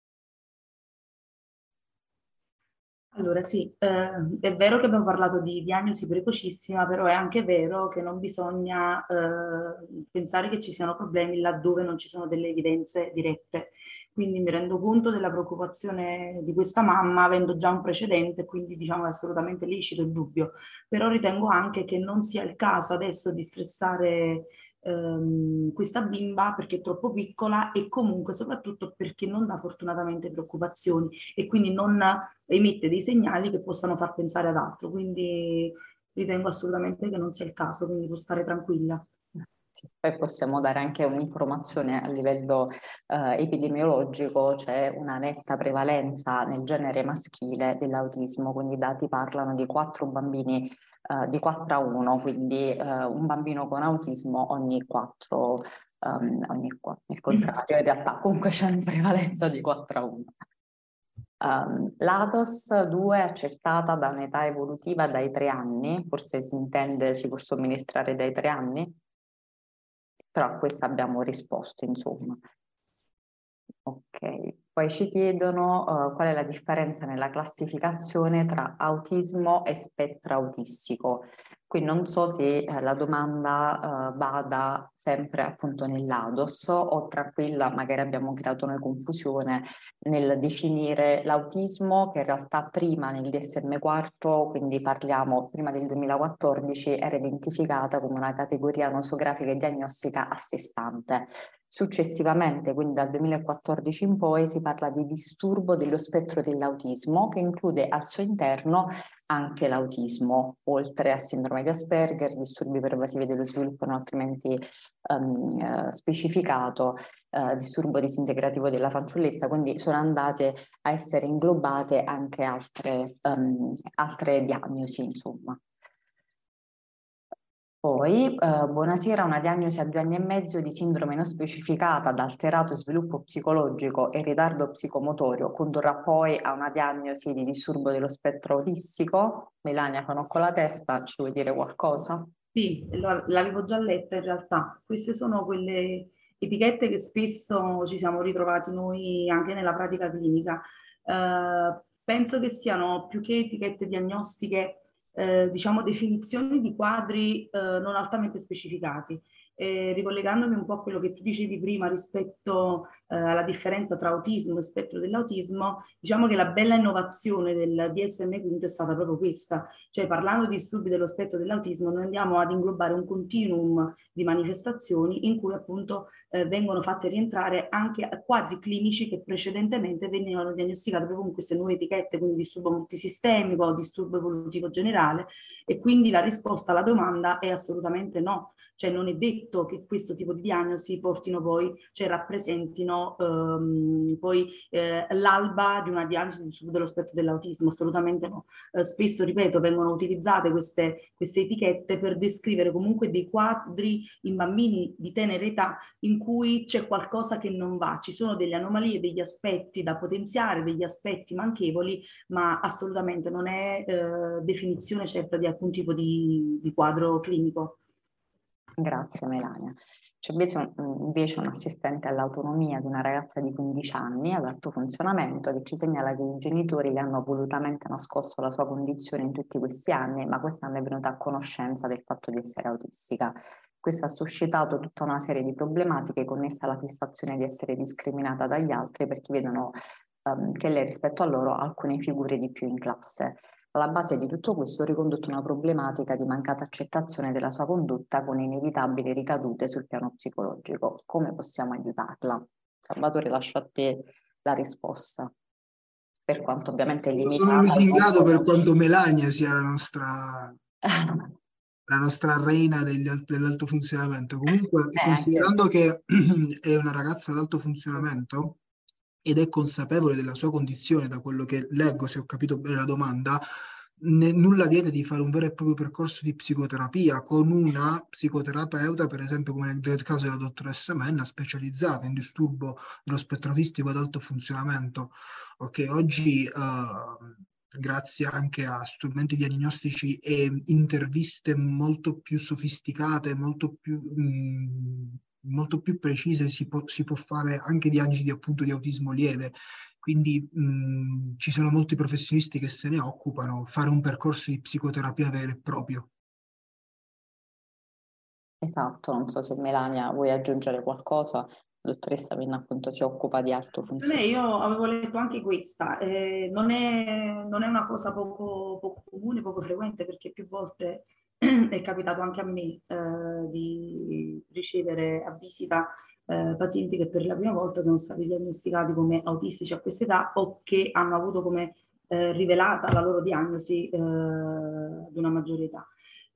Allora sì, è vero che abbiamo parlato di diagnosi precocissima, però è anche vero che non bisogna pensare che ci siano problemi laddove non ci sono delle evidenze dirette. Quindi mi rendo conto della preoccupazione di questa mamma, avendo già un precedente, quindi diciamo è assolutamente lecito il dubbio. Però ritengo anche che non sia il caso adesso di stressare questa bimba perché è troppo piccola e comunque soprattutto perché non dà fortunatamente preoccupazioni e quindi non emette dei segnali che possano far pensare ad altro. Quindi ritengo assolutamente che non sia il caso, quindi può stare tranquilla. Sì, poi possiamo dare anche un'informazione a livello epidemiologico: c'è una netta prevalenza nel genere maschile dell'autismo, quindi i dati parlano di 4 bambini di 4 a 1, quindi un bambino con autismo ogni 4, il contrario in realtà, comunque c'è una prevalenza di 4 a 1. L'ADOS 2 accertata da un'età evolutiva dai 3 anni, forse si intende si può somministrare dai 3 anni? Però a questa abbiamo risposto, insomma. Ok, poi ci chiedono qual è la differenza nella classificazione tra autismo e spettro autistico. Qui non so se la domanda vada sempre appunto nell'ADOS o tranquilla, magari abbiamo creato una confusione nel definire l'autismo, che in realtà prima nel DSM-4, quindi parliamo prima del 2014, era identificata come una categoria nosografica e diagnostica a sé stante. Successivamente, quindi dal 2014 in poi, si parla di disturbo dello spettro dell'autismo, che include al suo interno anche l'autismo, oltre a sindrome di Asperger, disturbi pervasivi dello sviluppo non altrimenti specificato, disturbo disintegrativo della fanciullezza, quindi sono andate a essere inglobate anche altre diagnosi, insomma. Poi, buonasera, una diagnosi a 2 anni e mezzo di sindrome non specificata ad alterato sviluppo psicologico e ritardo psicomotorio condurrà poi a una diagnosi di disturbo dello spettro autistico? Melania fa no con la testa, ci vuoi dire qualcosa? Sì, l'avevo già letta in realtà. Queste sono quelle etichette che spesso ci siamo ritrovati noi anche nella pratica clinica. Penso che siano più che etichette diagnostiche, diciamo definizioni di quadri non altamente specificati. Ricollegandomi un po' a quello che tu dicevi prima rispetto alla differenza tra autismo e spettro dell'autismo, diciamo che la bella innovazione del DSM-5 è stata proprio questa, cioè parlando di disturbi dello spettro dell'autismo noi andiamo ad inglobare un continuum di manifestazioni in cui appunto vengono fatte rientrare anche quadri clinici che precedentemente venivano diagnosticati proprio con queste nuove etichette, quindi disturbo multisistemico, disturbo evolutivo generale, e quindi la risposta alla domanda è assolutamente no. Cioè non è detto che questo tipo di diagnosi portino poi, cioè rappresentino poi l'alba di una diagnosi di disturbo dello spettro dell'autismo, assolutamente no. Spesso, ripeto, vengono utilizzate queste etichette per descrivere comunque dei quadri in bambini di tenera età in cui c'è qualcosa che non va, ci sono delle anomalie, degli aspetti da potenziare, degli aspetti manchevoli, ma assolutamente non è definizione certa di alcun tipo di quadro clinico. Grazie Melania. C'è invece un assistente all'autonomia di una ragazza di 15 anni ad alto funzionamento che ci segnala che i genitori le hanno volutamente nascosto la sua condizione in tutti questi anni, ma quest'anno è venuta a conoscenza del fatto di essere autistica. Questo ha suscitato tutta una serie di problematiche connesse alla fissazione di essere discriminata dagli altri perché vedono che lei rispetto a loro ha alcune figure di più in classe. Alla base di tutto questo ho ricondotto una problematica di mancata accettazione della sua condotta con inevitabili ricadute sul piano psicologico. Come possiamo aiutarla? Salvatore, lascio a te la risposta, per quanto ovviamente è limitata. Sono lusingato per quanto Melania sia la nostra reina dell'alto funzionamento. Comunque, considerando che è una ragazza ad alto funzionamento ed è consapevole della sua condizione, da quello che leggo, se ho capito bene la domanda, nulla vieta di fare un vero e proprio percorso di psicoterapia con una psicoterapeuta, per esempio come nel caso della dottoressa Menna, specializzata in disturbo dello spettro autistico ad alto funzionamento. Ok, oggi grazie anche a strumenti diagnostici e interviste molto più sofisticate, molto più precise, si può fare anche diagnosi appunto di autismo lieve. Quindi ci sono molti professionisti che se ne occupano, fare un percorso di psicoterapia vero e proprio. Esatto, non so se Melania vuoi aggiungere qualcosa. La dottoressa Menna appunto si occupa di alto funzionamento. Io avevo letto anche questa, non è una cosa poco comune, poco frequente, perché più volte è capitato anche a me di ricevere a visita pazienti che per la prima volta sono stati diagnosticati come autistici a questa età o che hanno avuto come rivelata la loro diagnosi ad una maggiore età.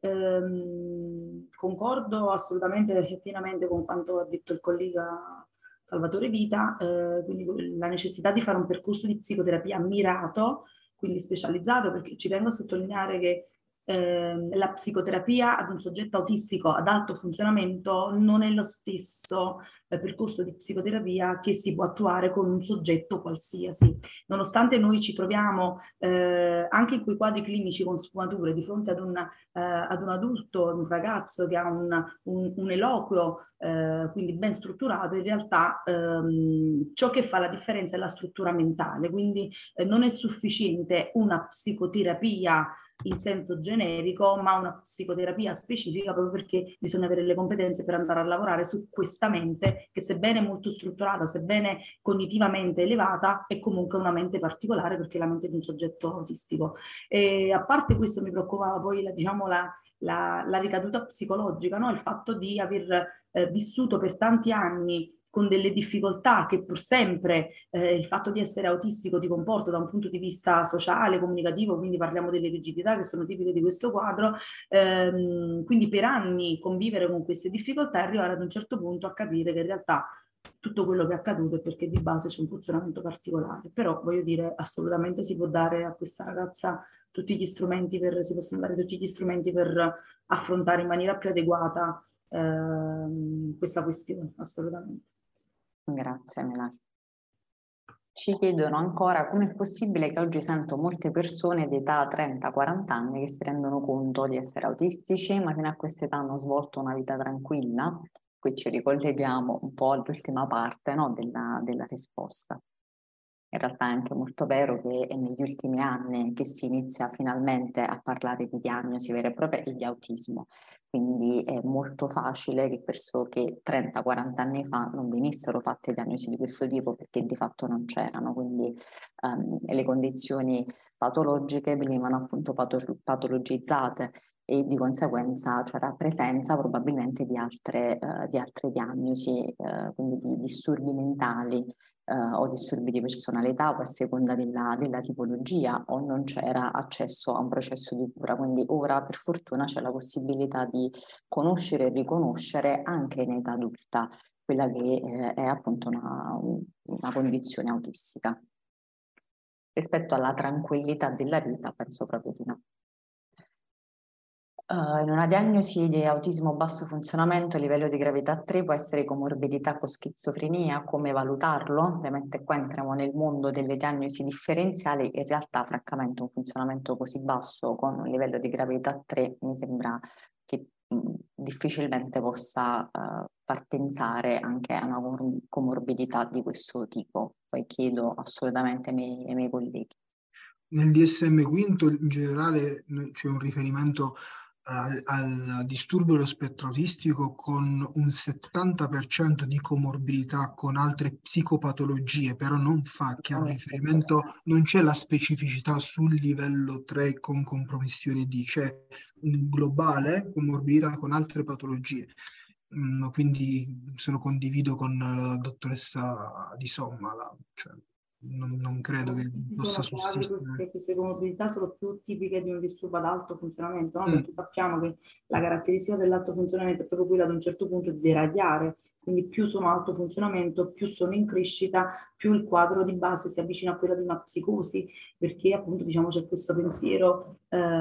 Concordo assolutamente e pienamente con quanto ha detto il collega Salvatore Vita, quindi la necessità di fare un percorso di psicoterapia mirato, quindi specializzato, perché ci tengo a sottolineare che la psicoterapia ad un soggetto autistico ad alto funzionamento non è lo stesso percorso di psicoterapia che si può attuare con un soggetto qualsiasi. Nonostante noi ci troviamo anche in quei quadri clinici con sfumature di fronte ad un adulto, un ragazzo che ha un eloquio quindi ben strutturato, in realtà ciò che fa la differenza è la struttura mentale, quindi non è sufficiente una psicoterapia in senso generico, ma una psicoterapia specifica proprio perché bisogna avere le competenze per andare a lavorare su questa mente che, sebbene molto strutturata, sebbene cognitivamente elevata, è comunque una mente particolare perché è la mente di un soggetto autistico. E a parte questo mi preoccupava poi la ricaduta psicologica, no? Il fatto di aver vissuto per tanti anni con delle difficoltà che pur sempre il fatto di essere autistico ti comporta da un punto di vista sociale, comunicativo, quindi parliamo delle rigidità che sono tipiche di questo quadro, quindi per anni convivere con queste difficoltà e arrivare ad un certo punto a capire che in realtà tutto quello che è accaduto è perché di base c'è un funzionamento particolare. Però voglio dire, assolutamente si può dare a questa ragazza tutti gli strumenti si possono dare tutti gli strumenti per affrontare in maniera più adeguata questa questione, assolutamente. Grazie Melania. Ci chiedono ancora come è possibile che oggi sento molte persone di età 30-40 anni che si rendono conto di essere autistici, ma fino a questa età hanno svolto una vita tranquilla. Qui ci ricolleghiamo un po' all'ultima parte, no, della risposta. In realtà è anche molto vero che è negli ultimi anni che si inizia finalmente a parlare di diagnosi vere e proprie e di autismo. Quindi è molto facile che persone che 30-40 anni fa non venissero fatte diagnosi di questo tipo perché di fatto non c'erano, quindi le condizioni patologiche venivano appunto patologizzate e di conseguenza c'era presenza probabilmente di altre diagnosi, quindi di disturbi mentali o disturbi di personalità o a seconda della tipologia, o non c'era accesso a un processo di cura. Quindi ora per fortuna c'è la possibilità di conoscere e riconoscere anche in età adulta quella che è appunto una condizione autistica. Rispetto alla tranquillità della vita penso proprio di no. In una diagnosi di autismo basso funzionamento a livello di gravità 3 può essere comorbidità con schizofrenia. Come valutarlo? Ovviamente qua entriamo nel mondo delle diagnosi differenziali. In realtà francamente un funzionamento così basso con un livello di gravità 3 mi sembra che difficilmente possa far pensare anche a una comorbidità di questo tipo. Poi chiedo assolutamente ai miei colleghi. Nel DSM quinto in generale c'è un riferimento al disturbo dello spettro autistico con un 70% di comorbidità con altre psicopatologie, però non fa chiaro riferimento, non c'è la specificità sul livello 3 con compromissione D, c'è un globale comorbidità con altre patologie. Quindi condivido con la dottoressa Di Somma, cioè, non credo che possa sussistere. Queste comorbidità sono più tipiche di un disturbo ad alto funzionamento, no? Perché sappiamo che la caratteristica dell'alto funzionamento è proprio quella ad un certo punto di deragliare, quindi più sono alto funzionamento, più sono in crescita, più il quadro di base si avvicina a quello di una psicosi, perché appunto diciamo c'è questo pensiero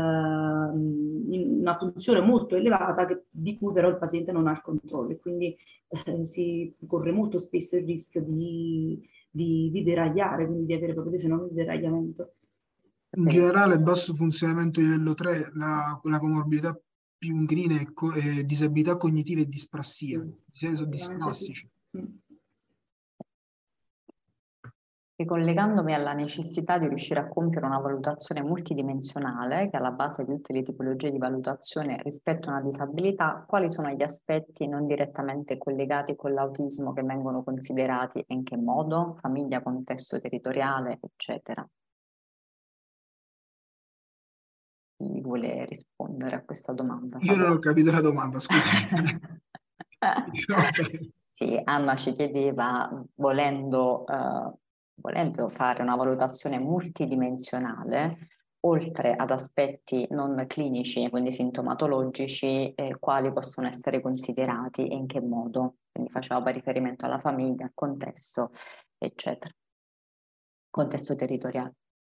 in una funzione molto elevata di cui però il paziente non ha il controllo e quindi si corre molto spesso il rischio di deragliare, quindi di avere proprio dei fenomeni di deragliamento. In generale, basso funzionamento livello 3, la comorbidità più incline è disabilità cognitive e disprassia, di senso displastici. Sì. Ricollegandomi alla necessità di riuscire a compiere una valutazione multidimensionale che è alla base di tutte le tipologie di valutazione rispetto a una disabilità, quali sono gli aspetti non direttamente collegati con l'autismo che vengono considerati e in che modo? Famiglia, contesto territoriale, eccetera. Chi vuole rispondere a questa domanda? Io non ho capito la domanda, scusa. Sì, Anna ci chiedeva, volendo fare una valutazione multidimensionale, oltre ad aspetti non clinici, quindi sintomatologici, quali possono essere considerati e in che modo. Quindi faceva riferimento alla famiglia, al contesto, eccetera. Contesto territoriale.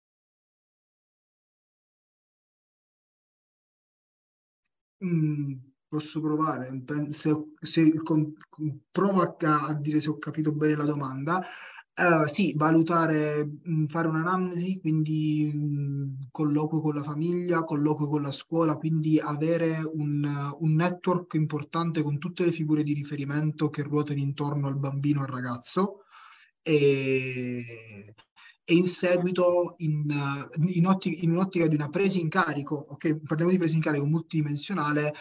Posso provare, provo a dire se ho capito bene la domanda. Sì, valutare, fare un'anamnesi, quindi colloquio con la famiglia, colloquio con la scuola, quindi avere un network importante con tutte le figure di riferimento che ruotano intorno al bambino, al ragazzo, e in seguito in un'ottica di una presa in carico, ok? Parliamo di presa in carico multidimensionale,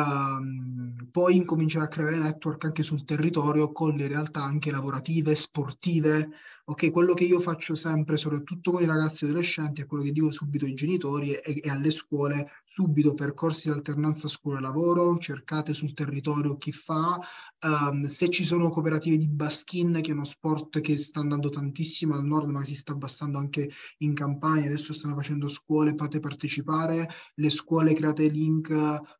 poi incominciare a creare network anche sul territorio con le realtà anche lavorative, sportive, ok? Quello che io faccio sempre, soprattutto con i ragazzi e adolescenti, è quello che dico subito ai genitori e alle scuole, subito percorsi di alternanza scuola-lavoro, cercate sul territorio chi fa, se ci sono cooperative di baskin, che è uno sport che sta andando tantissimo al nord, ma si sta abbassando anche in Campania, adesso stanno facendo scuole, potete partecipare, le scuole create link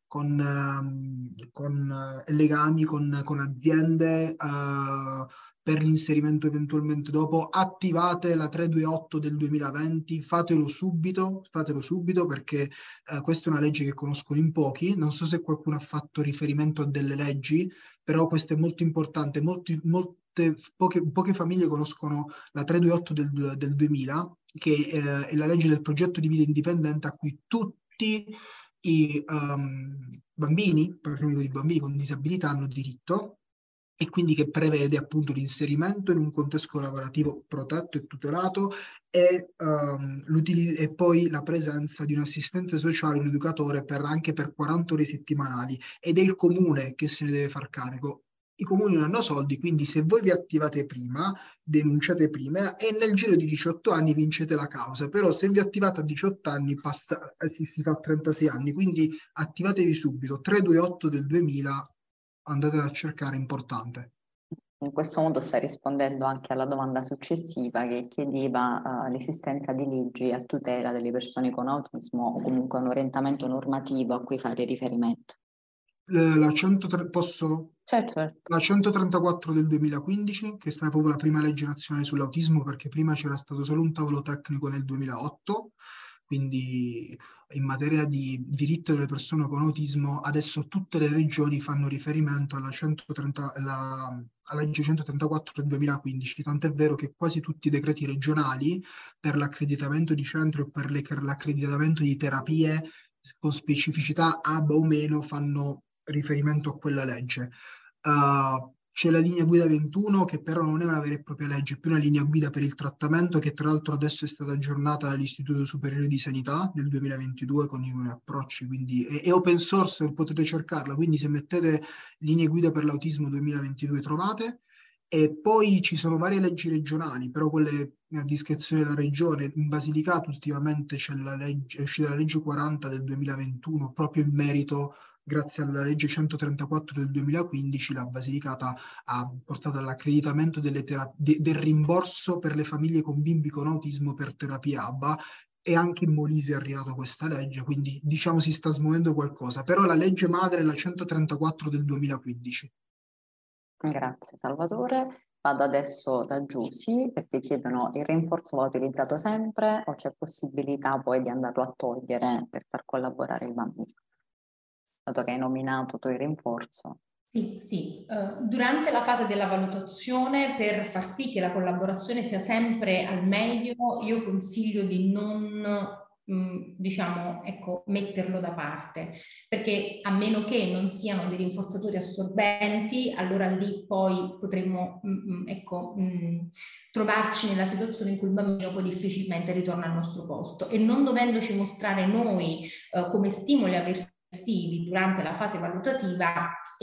con legami con aziende per l'inserimento eventualmente dopo, attivate la 328 del 2020, fatelo subito perché questa è una legge che conoscono in pochi, non so se qualcuno ha fatto riferimento a delle leggi, però questo è molto importante, poche famiglie conoscono la 328 del 2000, che è la legge del progetto di vita indipendente a cui tutti i bambini, parliamo di bambini con disabilità, hanno diritto, e quindi che prevede appunto l'inserimento in un contesto lavorativo protetto e tutelato e poi la presenza di un assistente sociale, un educatore anche per 40 ore settimanali, ed è il comune che se ne deve far carico. I comuni non hanno soldi, quindi se voi vi attivate prima, denunciate prima e nel giro di 18 anni vincete la causa, però se vi attivate a 18 anni si fa 36 anni, quindi attivatevi subito. 328 del 2000, andatela a cercare, importante. In questo modo stai rispondendo anche alla domanda successiva che chiedeva l'esistenza di leggi a tutela delle persone con autismo o comunque un orientamento normativo a cui fare riferimento. La 103, posso? Certo. La 134 del 2015, che è stata proprio la prima legge nazionale sull'autismo, perché prima c'era stato solo un tavolo tecnico nel 2008, quindi in materia di diritto delle persone con autismo, adesso tutte le regioni fanno riferimento alla legge 134 del 2015, tant'è vero che quasi tutti i decreti regionali per l'accreditamento di centro e per l'accreditamento di terapie con specificità ABA o meno fanno riferimento a quella legge. C'è la linea guida 21 che però non è una vera e propria legge, è più una linea guida per il trattamento che tra l'altro adesso è stata aggiornata dall'Istituto Superiore di Sanità nel 2022 con i nuovi approcci, quindi è open source, potete cercarla, quindi se mettete linee guida per l'autismo 2022 trovate. E poi ci sono varie leggi regionali, però quelle a discrezione della regione. In Basilicata ultimamente c'è è uscita la legge 40 del 2021 proprio in merito. Grazie alla legge 134 del 2015, la Basilicata ha portato all'accreditamento del rimborso per le famiglie con bimbi con autismo per terapia ABA, e anche in Molise è arrivata questa legge, quindi diciamo si sta smuovendo qualcosa. Però la legge madre è la 134 del 2015. Grazie Salvatore. Vado adesso da Giusy perché chiedono: il rinforzo va utilizzato sempre o c'è possibilità poi di andarlo a togliere per far collaborare il bambino? Dato che hai nominato tu il rinforzo. Sì. Durante la fase della valutazione, per far sì che la collaborazione sia sempre al meglio, io consiglio di non diciamo, ecco, metterlo da parte, perché a meno che non siano dei rinforzatori assorbenti, allora lì poi potremmo ecco, trovarci nella situazione in cui il bambino poi difficilmente ritorna al nostro posto, e non dovendoci mostrare noi come stimoli aversivi durante la fase valutativa, è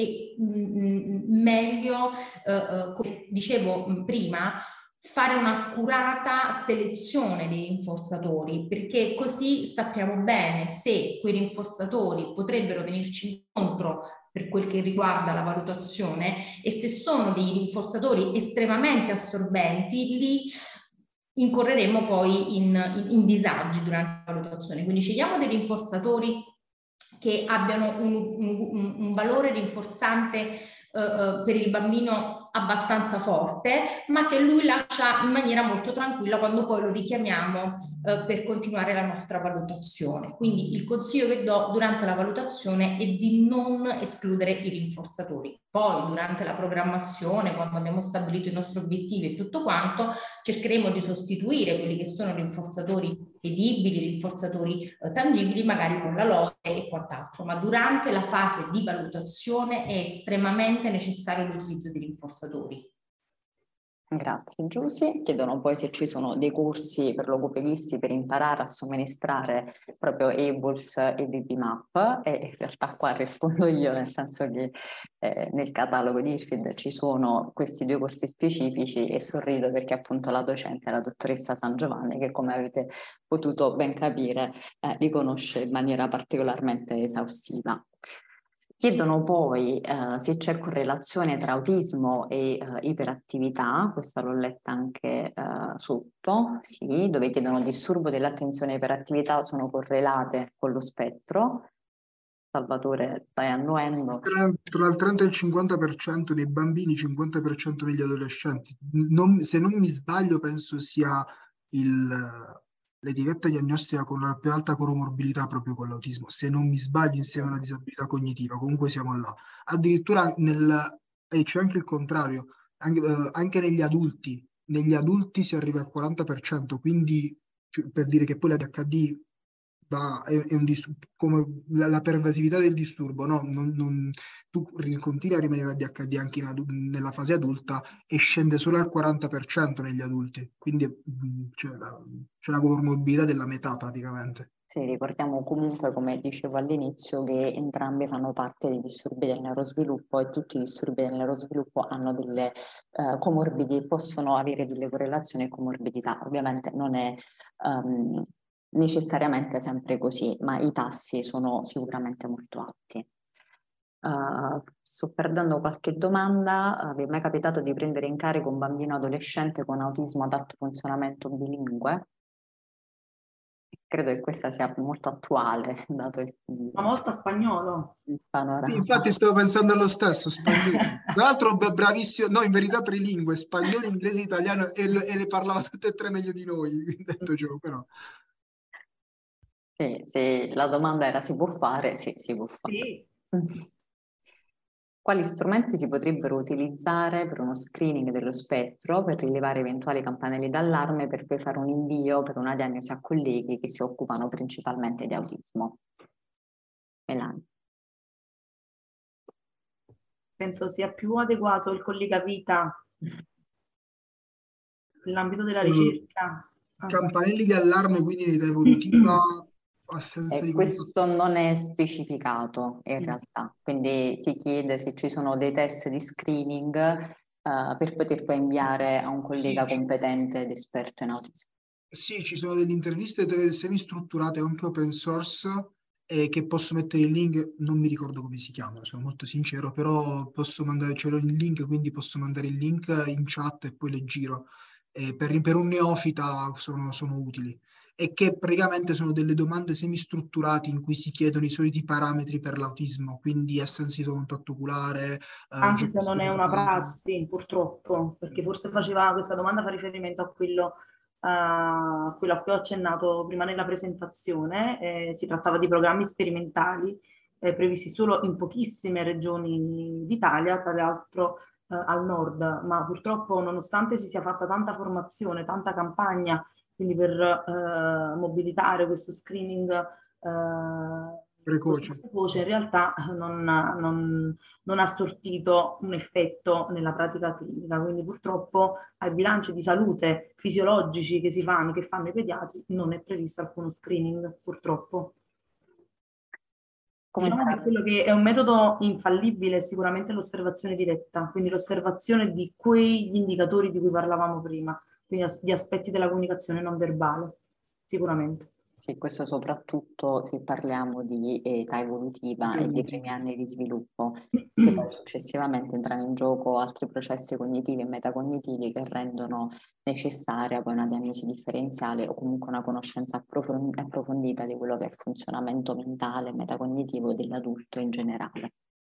meglio, come dicevo prima, fare un'accurata selezione dei rinforzatori, perché così sappiamo bene se quei rinforzatori potrebbero venirci incontro per quel che riguarda la valutazione, e se sono dei rinforzatori estremamente assorbenti, lì incorreremo poi in disagi durante la valutazione. Quindi scegliamo dei rinforzatori che abbiano un valore rinforzante per il bambino abbastanza forte, ma che lui lascia in maniera molto tranquilla quando poi lo richiamiamo per continuare la nostra valutazione. Quindi il consiglio che do durante la valutazione è di non escludere i rinforzatori. Poi durante la programmazione, quando abbiamo stabilito i nostri obiettivi e tutto quanto, cercheremo di sostituire quelli che sono rinforzatori edibili, rinforzatori tangibili, magari con la lode e quant'altro, ma durante la fase di valutazione è estremamente necessario l'utilizzo di rinforzatori. Grazie Giusy. Chiedono poi se ci sono dei corsi per logopedisti per imparare a somministrare proprio ABLS e BBMAP, e in realtà qua rispondo io, nel senso che nel catalogo di IRFID ci sono questi due corsi specifici, e sorrido perché appunto la docente è la dottoressa San Giovanni, che come avete potuto ben capire li conosce in maniera particolarmente esaustiva. Chiedono poi se c'è correlazione tra autismo e iperattività, questa l'ho letta anche sotto, sì, dove chiedono disturbo dell'attenzione e iperattività sono correlate con lo spettro. Salvatore, stai annuendo. Tra il 30 e il 50% dei bambini, 50% degli adolescenti. Se non mi sbaglio, penso sia l'etichetta diagnostica con la più alta comorbilità proprio con l'autismo. Se non mi sbaglio, insieme a una disabilità cognitiva, comunque siamo là. Addirittura e c'è anche il contrario, anche negli adulti si arriva al 40%, quindi per dire che poi l'ADHD è un come la pervasività del disturbo, no? Tu continui a rimanere ADHD anche nella fase adulta e scende solo al 40% negli adulti, quindi c'è la comorbilità della metà praticamente. Sì, ricordiamo comunque, come dicevo all'inizio, che entrambi fanno parte dei disturbi del neurosviluppo, e tutti i disturbi del neurosviluppo hanno delle comorbidità, possono avere delle correlazioni e comorbidità. Ovviamente non è necessariamente sempre così, ma i tassi sono sicuramente molto alti. Sto perdendo qualche domanda. Vi è mai capitato di prendere in carico un bambino adolescente con autismo ad alto funzionamento bilingue? Credo che questa sia molto attuale, dato Ma molto spagnolo. il panorama. Sì, infatti stavo pensando allo stesso, spagnolo. Tra l'altro bravissimo, no, in verità trilingue, spagnolo, inglese, italiano, e le parlava tutte e tre meglio di noi, detto ciò, però. Sì, sì, la domanda era: si può fare? Sì, si può fare. Sì. Quali strumenti si potrebbero utilizzare per uno screening dello spettro per rilevare eventuali campanelli d'allarme, per poi fare un invio per una diagnosi a colleghi che si occupano principalmente di autismo? Melania. penso sia più adeguato il collega vita nell'ambito della ricerca. Campanelli di allarme, quindi in età evolutiva, assenza di questo non è specificato in realtà, quindi si chiede se ci sono dei test di screening per poter poi inviare a un collega competente ed esperto in autismo. Sì, ci sono delle interviste semi-strutturate anche open source che posso mettere il link, non mi ricordo come si chiamano, sono molto sincero, però posso mandare, ce l'ho il link, quindi posso mandare il link in chat e poi le giro. Per un neofita sono utili e che praticamente sono delle domande semi-strutturate in cui si chiedono i soliti parametri per l'autismo, quindi essenza di contatto oculare, anche se non è una prassi, purtroppo, perché forse faceva questa domanda fa riferimento a quello a cui ho accennato prima nella presentazione. Si trattava di programmi sperimentali previsti solo in pochissime regioni d'Italia, tra l'altro al nord, ma purtroppo nonostante si sia fatta tanta formazione, tanta campagna, quindi per mobilitare questo screening precoce, in realtà non ha sortito un effetto nella pratica clinica, quindi purtroppo ai bilanci di salute fisiologici che fanno i pediatri non è previsto alcuno screening, purtroppo. Diciamo che quello che è un metodo infallibile è sicuramente l'osservazione diretta, quindi l'osservazione di quegli indicatori di cui parlavamo prima, quindi di aspetti della comunicazione non verbale, sicuramente. Sì, questo soprattutto se parliamo di età evolutiva e dei primi anni di sviluppo, che poi successivamente entrano in gioco altri processi cognitivi e metacognitivi che rendono necessaria poi una diagnosi differenziale o comunque una conoscenza approfondita di quello che è il funzionamento mentale e metacognitivo dell'adulto in generale.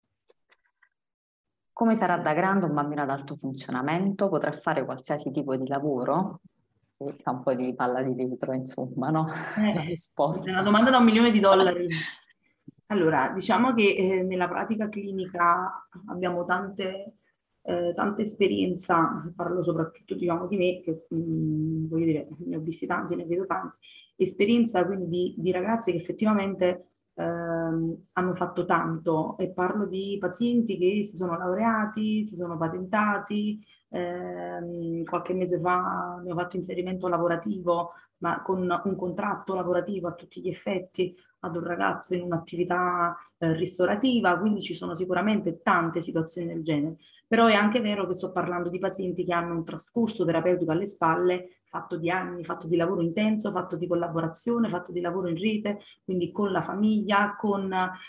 Come sarà da grande un bambino ad alto funzionamento? Potrà fare qualsiasi tipo di lavoro? Sa un po' di palla di vetro, insomma, no? La risposta. È una domanda da $1.000.000. Allora, diciamo che nella pratica clinica abbiamo tanta esperienza, parlo soprattutto diciamo di me, che voglio dire, ne ho visti tanti, ne vedo tanti, esperienza quindi di ragazze che effettivamente hanno fatto tanto, e parlo di pazienti che si sono laureati, si sono patentati, qualche mese fa ne ho fatto inserimento lavorativo, ma con un contratto lavorativo a tutti gli effetti ad un ragazzo in un'attività ristorativa, quindi ci sono sicuramente tante situazioni del genere. Però è anche vero che sto parlando di pazienti che hanno un trascorso terapeutico alle spalle, fatto di anni, fatto di lavoro intenso, fatto di collaborazione, fatto di lavoro in rete, quindi con la famiglia, con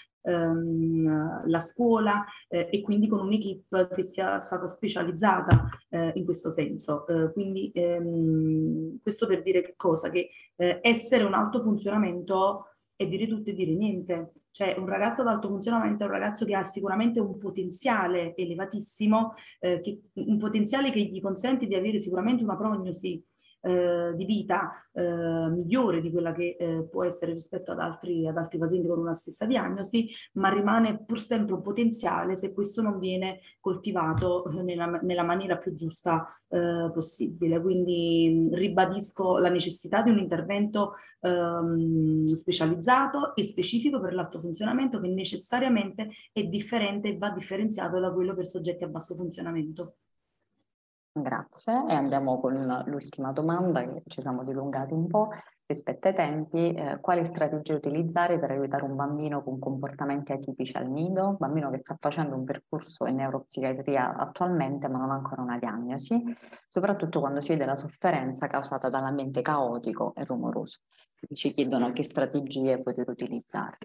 la scuola e quindi con un'equipe che sia stata specializzata in questo senso. Quindi questo per dire che cosa? Che essere un alto funzionamento è dire tutto e dire niente. Cioè un ragazzo ad alto funzionamento è un ragazzo che ha sicuramente un potenziale elevatissimo, un potenziale che gli consente di avere sicuramente una prognosi di vita migliore di quella che può essere rispetto ad altri pazienti con una stessa diagnosi, ma rimane pur sempre un potenziale se questo non viene coltivato nella maniera più giusta possibile. Quindi ribadisco la necessità di un intervento specializzato e specifico per l'alto funzionamento, che necessariamente è differente e va differenziato da quello per soggetti a basso funzionamento. Grazie, e andiamo con l'ultima domanda, che ci siamo dilungati un po' rispetto ai tempi. Quali strategie utilizzare per aiutare un bambino con comportamenti atipici al nido, un bambino che sta facendo un percorso in neuropsichiatria attualmente ma non ha ancora una diagnosi, soprattutto quando si vede la sofferenza causata dall'ambiente caotico e rumoroso? Ci chiedono che strategie poter utilizzare.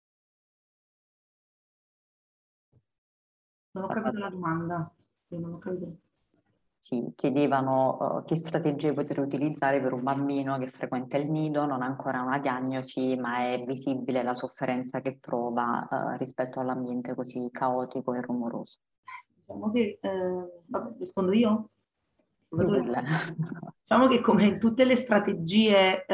Non ho capito la domanda, non ho capito. Sì, chiedevano che strategie poter utilizzare per un bambino che frequenta il nido, non ha ancora una diagnosi, ma è visibile la sofferenza che prova rispetto all'ambiente così caotico e rumoroso. Diciamo che, vabbè, rispondo io? Diciamo che come in tutte le strategie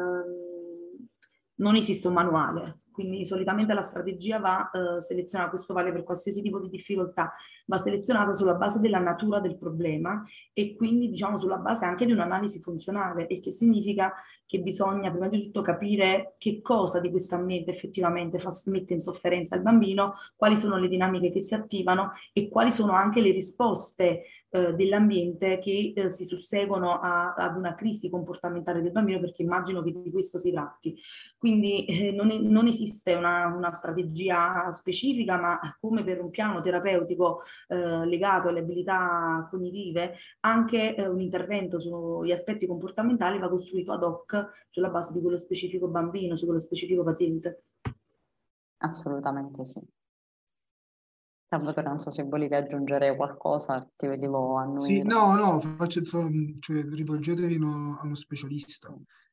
non esiste un manuale, quindi solitamente la strategia va selezionata, questo vale per qualsiasi tipo di difficoltà, va selezionata sulla base della natura del problema e quindi diciamo sulla base anche di un'analisi funzionale, il che significa che bisogna prima di tutto capire che cosa di questo ambiente effettivamente mette in sofferenza il bambino, quali sono le dinamiche che si attivano e quali sono anche le risposte dell'ambiente che si susseguono ad una crisi comportamentale del bambino, perché immagino che di questo si tratti. Quindi non esiste una strategia specifica, ma come per un piano terapeutico legato alle abilità cognitive, anche un intervento sugli aspetti comportamentali va costruito ad hoc sulla base di quello specifico bambino, su quello specifico paziente. Assolutamente sì. Salvatore, non so se volevi aggiungere qualcosa, ti vedevo annuire. Sì, no, cioè, rivolgetevi a uno specialista,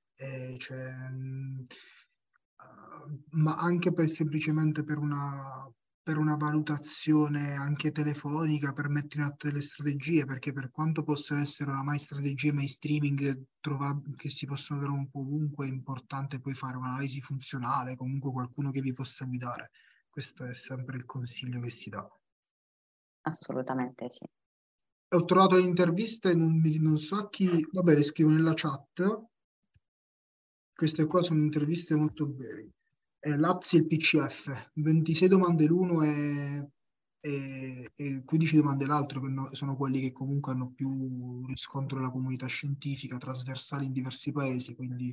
ma anche semplicemente per una valutazione anche telefonica, per mettere in atto delle strategie, perché per quanto possono essere oramai strategie mainstreaming che si possono trovare un po' ovunque, è importante poi fare un'analisi funzionale, comunque qualcuno che vi possa guidare. Questo è sempre il consiglio che si dà. Assolutamente sì. Ho trovato le interviste, non so a chi, vabbè, le scrivo nella chat. Queste qua sono interviste molto brevi. L'APSI e il PCF, 26 domande l'uno e 15 domande l'altro, che sono quelli che comunque hanno più riscontro nella comunità scientifica, trasversali in diversi paesi, quindi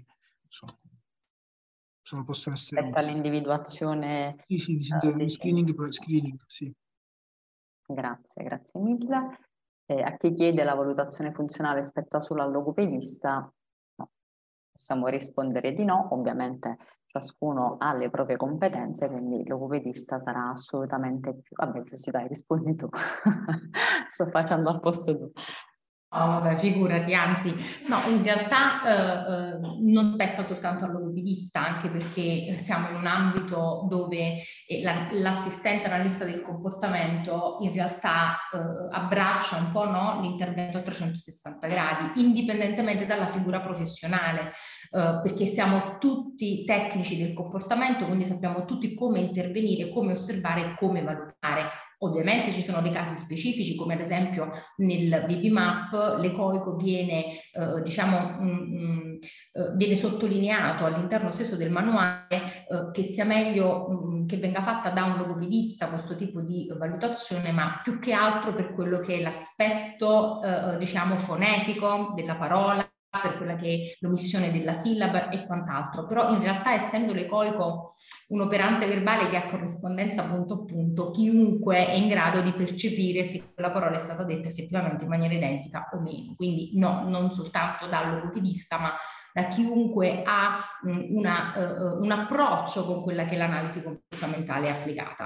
possono essere... Rispetto all'individuazione... Sì, screening, sì. Grazie mille. A chi chiede la valutazione funzionale spetta solo al logopedista, no. Possiamo rispondere di no, ovviamente ciascuno ha le proprie competenze, quindi il logopedista sarà assolutamente più... Vabbè, Giussi, dai, rispondi tu. Sto facendo al posto tu. No, vabbè, figurati, anzi, no, in realtà non spetta soltanto al logopedista, anche perché siamo in un ambito dove l'assistente analista del comportamento in realtà abbraccia un po', no, l'intervento a 360 gradi, indipendentemente dalla figura professionale, perché siamo tutti tecnici del comportamento, quindi sappiamo tutti come intervenire, come osservare e come valutare. Ovviamente ci sono dei casi specifici, come ad esempio nel VB-MAP l'ecoico viene, viene sottolineato all'interno stesso del manuale che sia meglio che venga fatta da un logopedista questo tipo di valutazione, ma più che altro per quello che è l'aspetto fonetico della parola, per quella che è l'omissione della sillaba e quant'altro. Però in realtà, essendo l'ecoico un operante verbale che ha corrispondenza punto a punto, chiunque è in grado di percepire se quella parola è stata detta effettivamente in maniera identica o meno. Quindi no, non soltanto dal logopedista, ma da chiunque ha un approccio con quella che è l'analisi comportamentale applicata.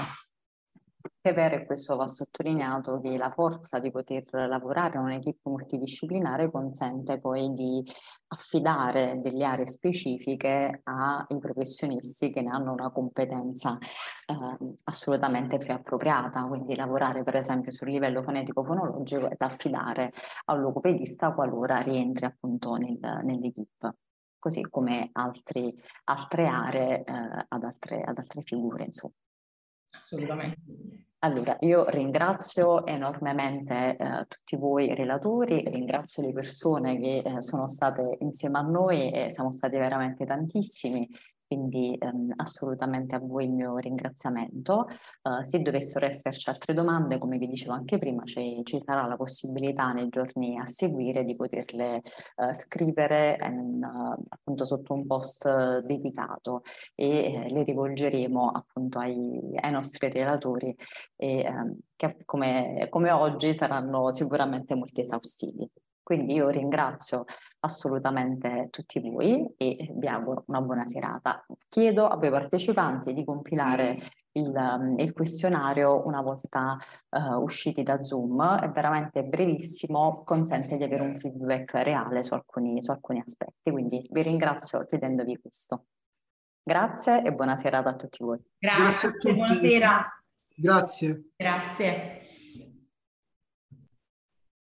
È vero, e questo va sottolineato, che la forza di poter lavorare in un'equipe multidisciplinare consente poi di affidare delle aree specifiche ai professionisti che ne hanno una competenza assolutamente più appropriata, quindi lavorare per esempio sul livello fonetico-fonologico ed affidare a un logopedista qualora rientri appunto nell'equipe, così come altre aree ad altre figure, insomma. Assolutamente. Allora, io ringrazio enormemente tutti voi relatori, ringrazio le persone che sono state insieme a noi e siamo stati veramente tantissimi, quindi assolutamente a voi il mio ringraziamento. Se dovessero esserci altre domande, come vi dicevo anche prima, ci sarà la possibilità nei giorni a seguire di poterle scrivere appunto sotto un post dedicato e le rivolgeremo appunto ai nostri relatori e che come oggi saranno sicuramente molto esaustivi. Quindi io ringrazio assolutamente tutti voi e vi auguro una buona serata. Chiedo a voi partecipanti di compilare il questionario una volta usciti da Zoom, è veramente brevissimo, consente di avere un feedback reale su alcuni aspetti, quindi vi ringrazio chiedendovi questo. Grazie e buona serata a tutti voi. Grazie a tutti. Buonasera. Grazie. Grazie.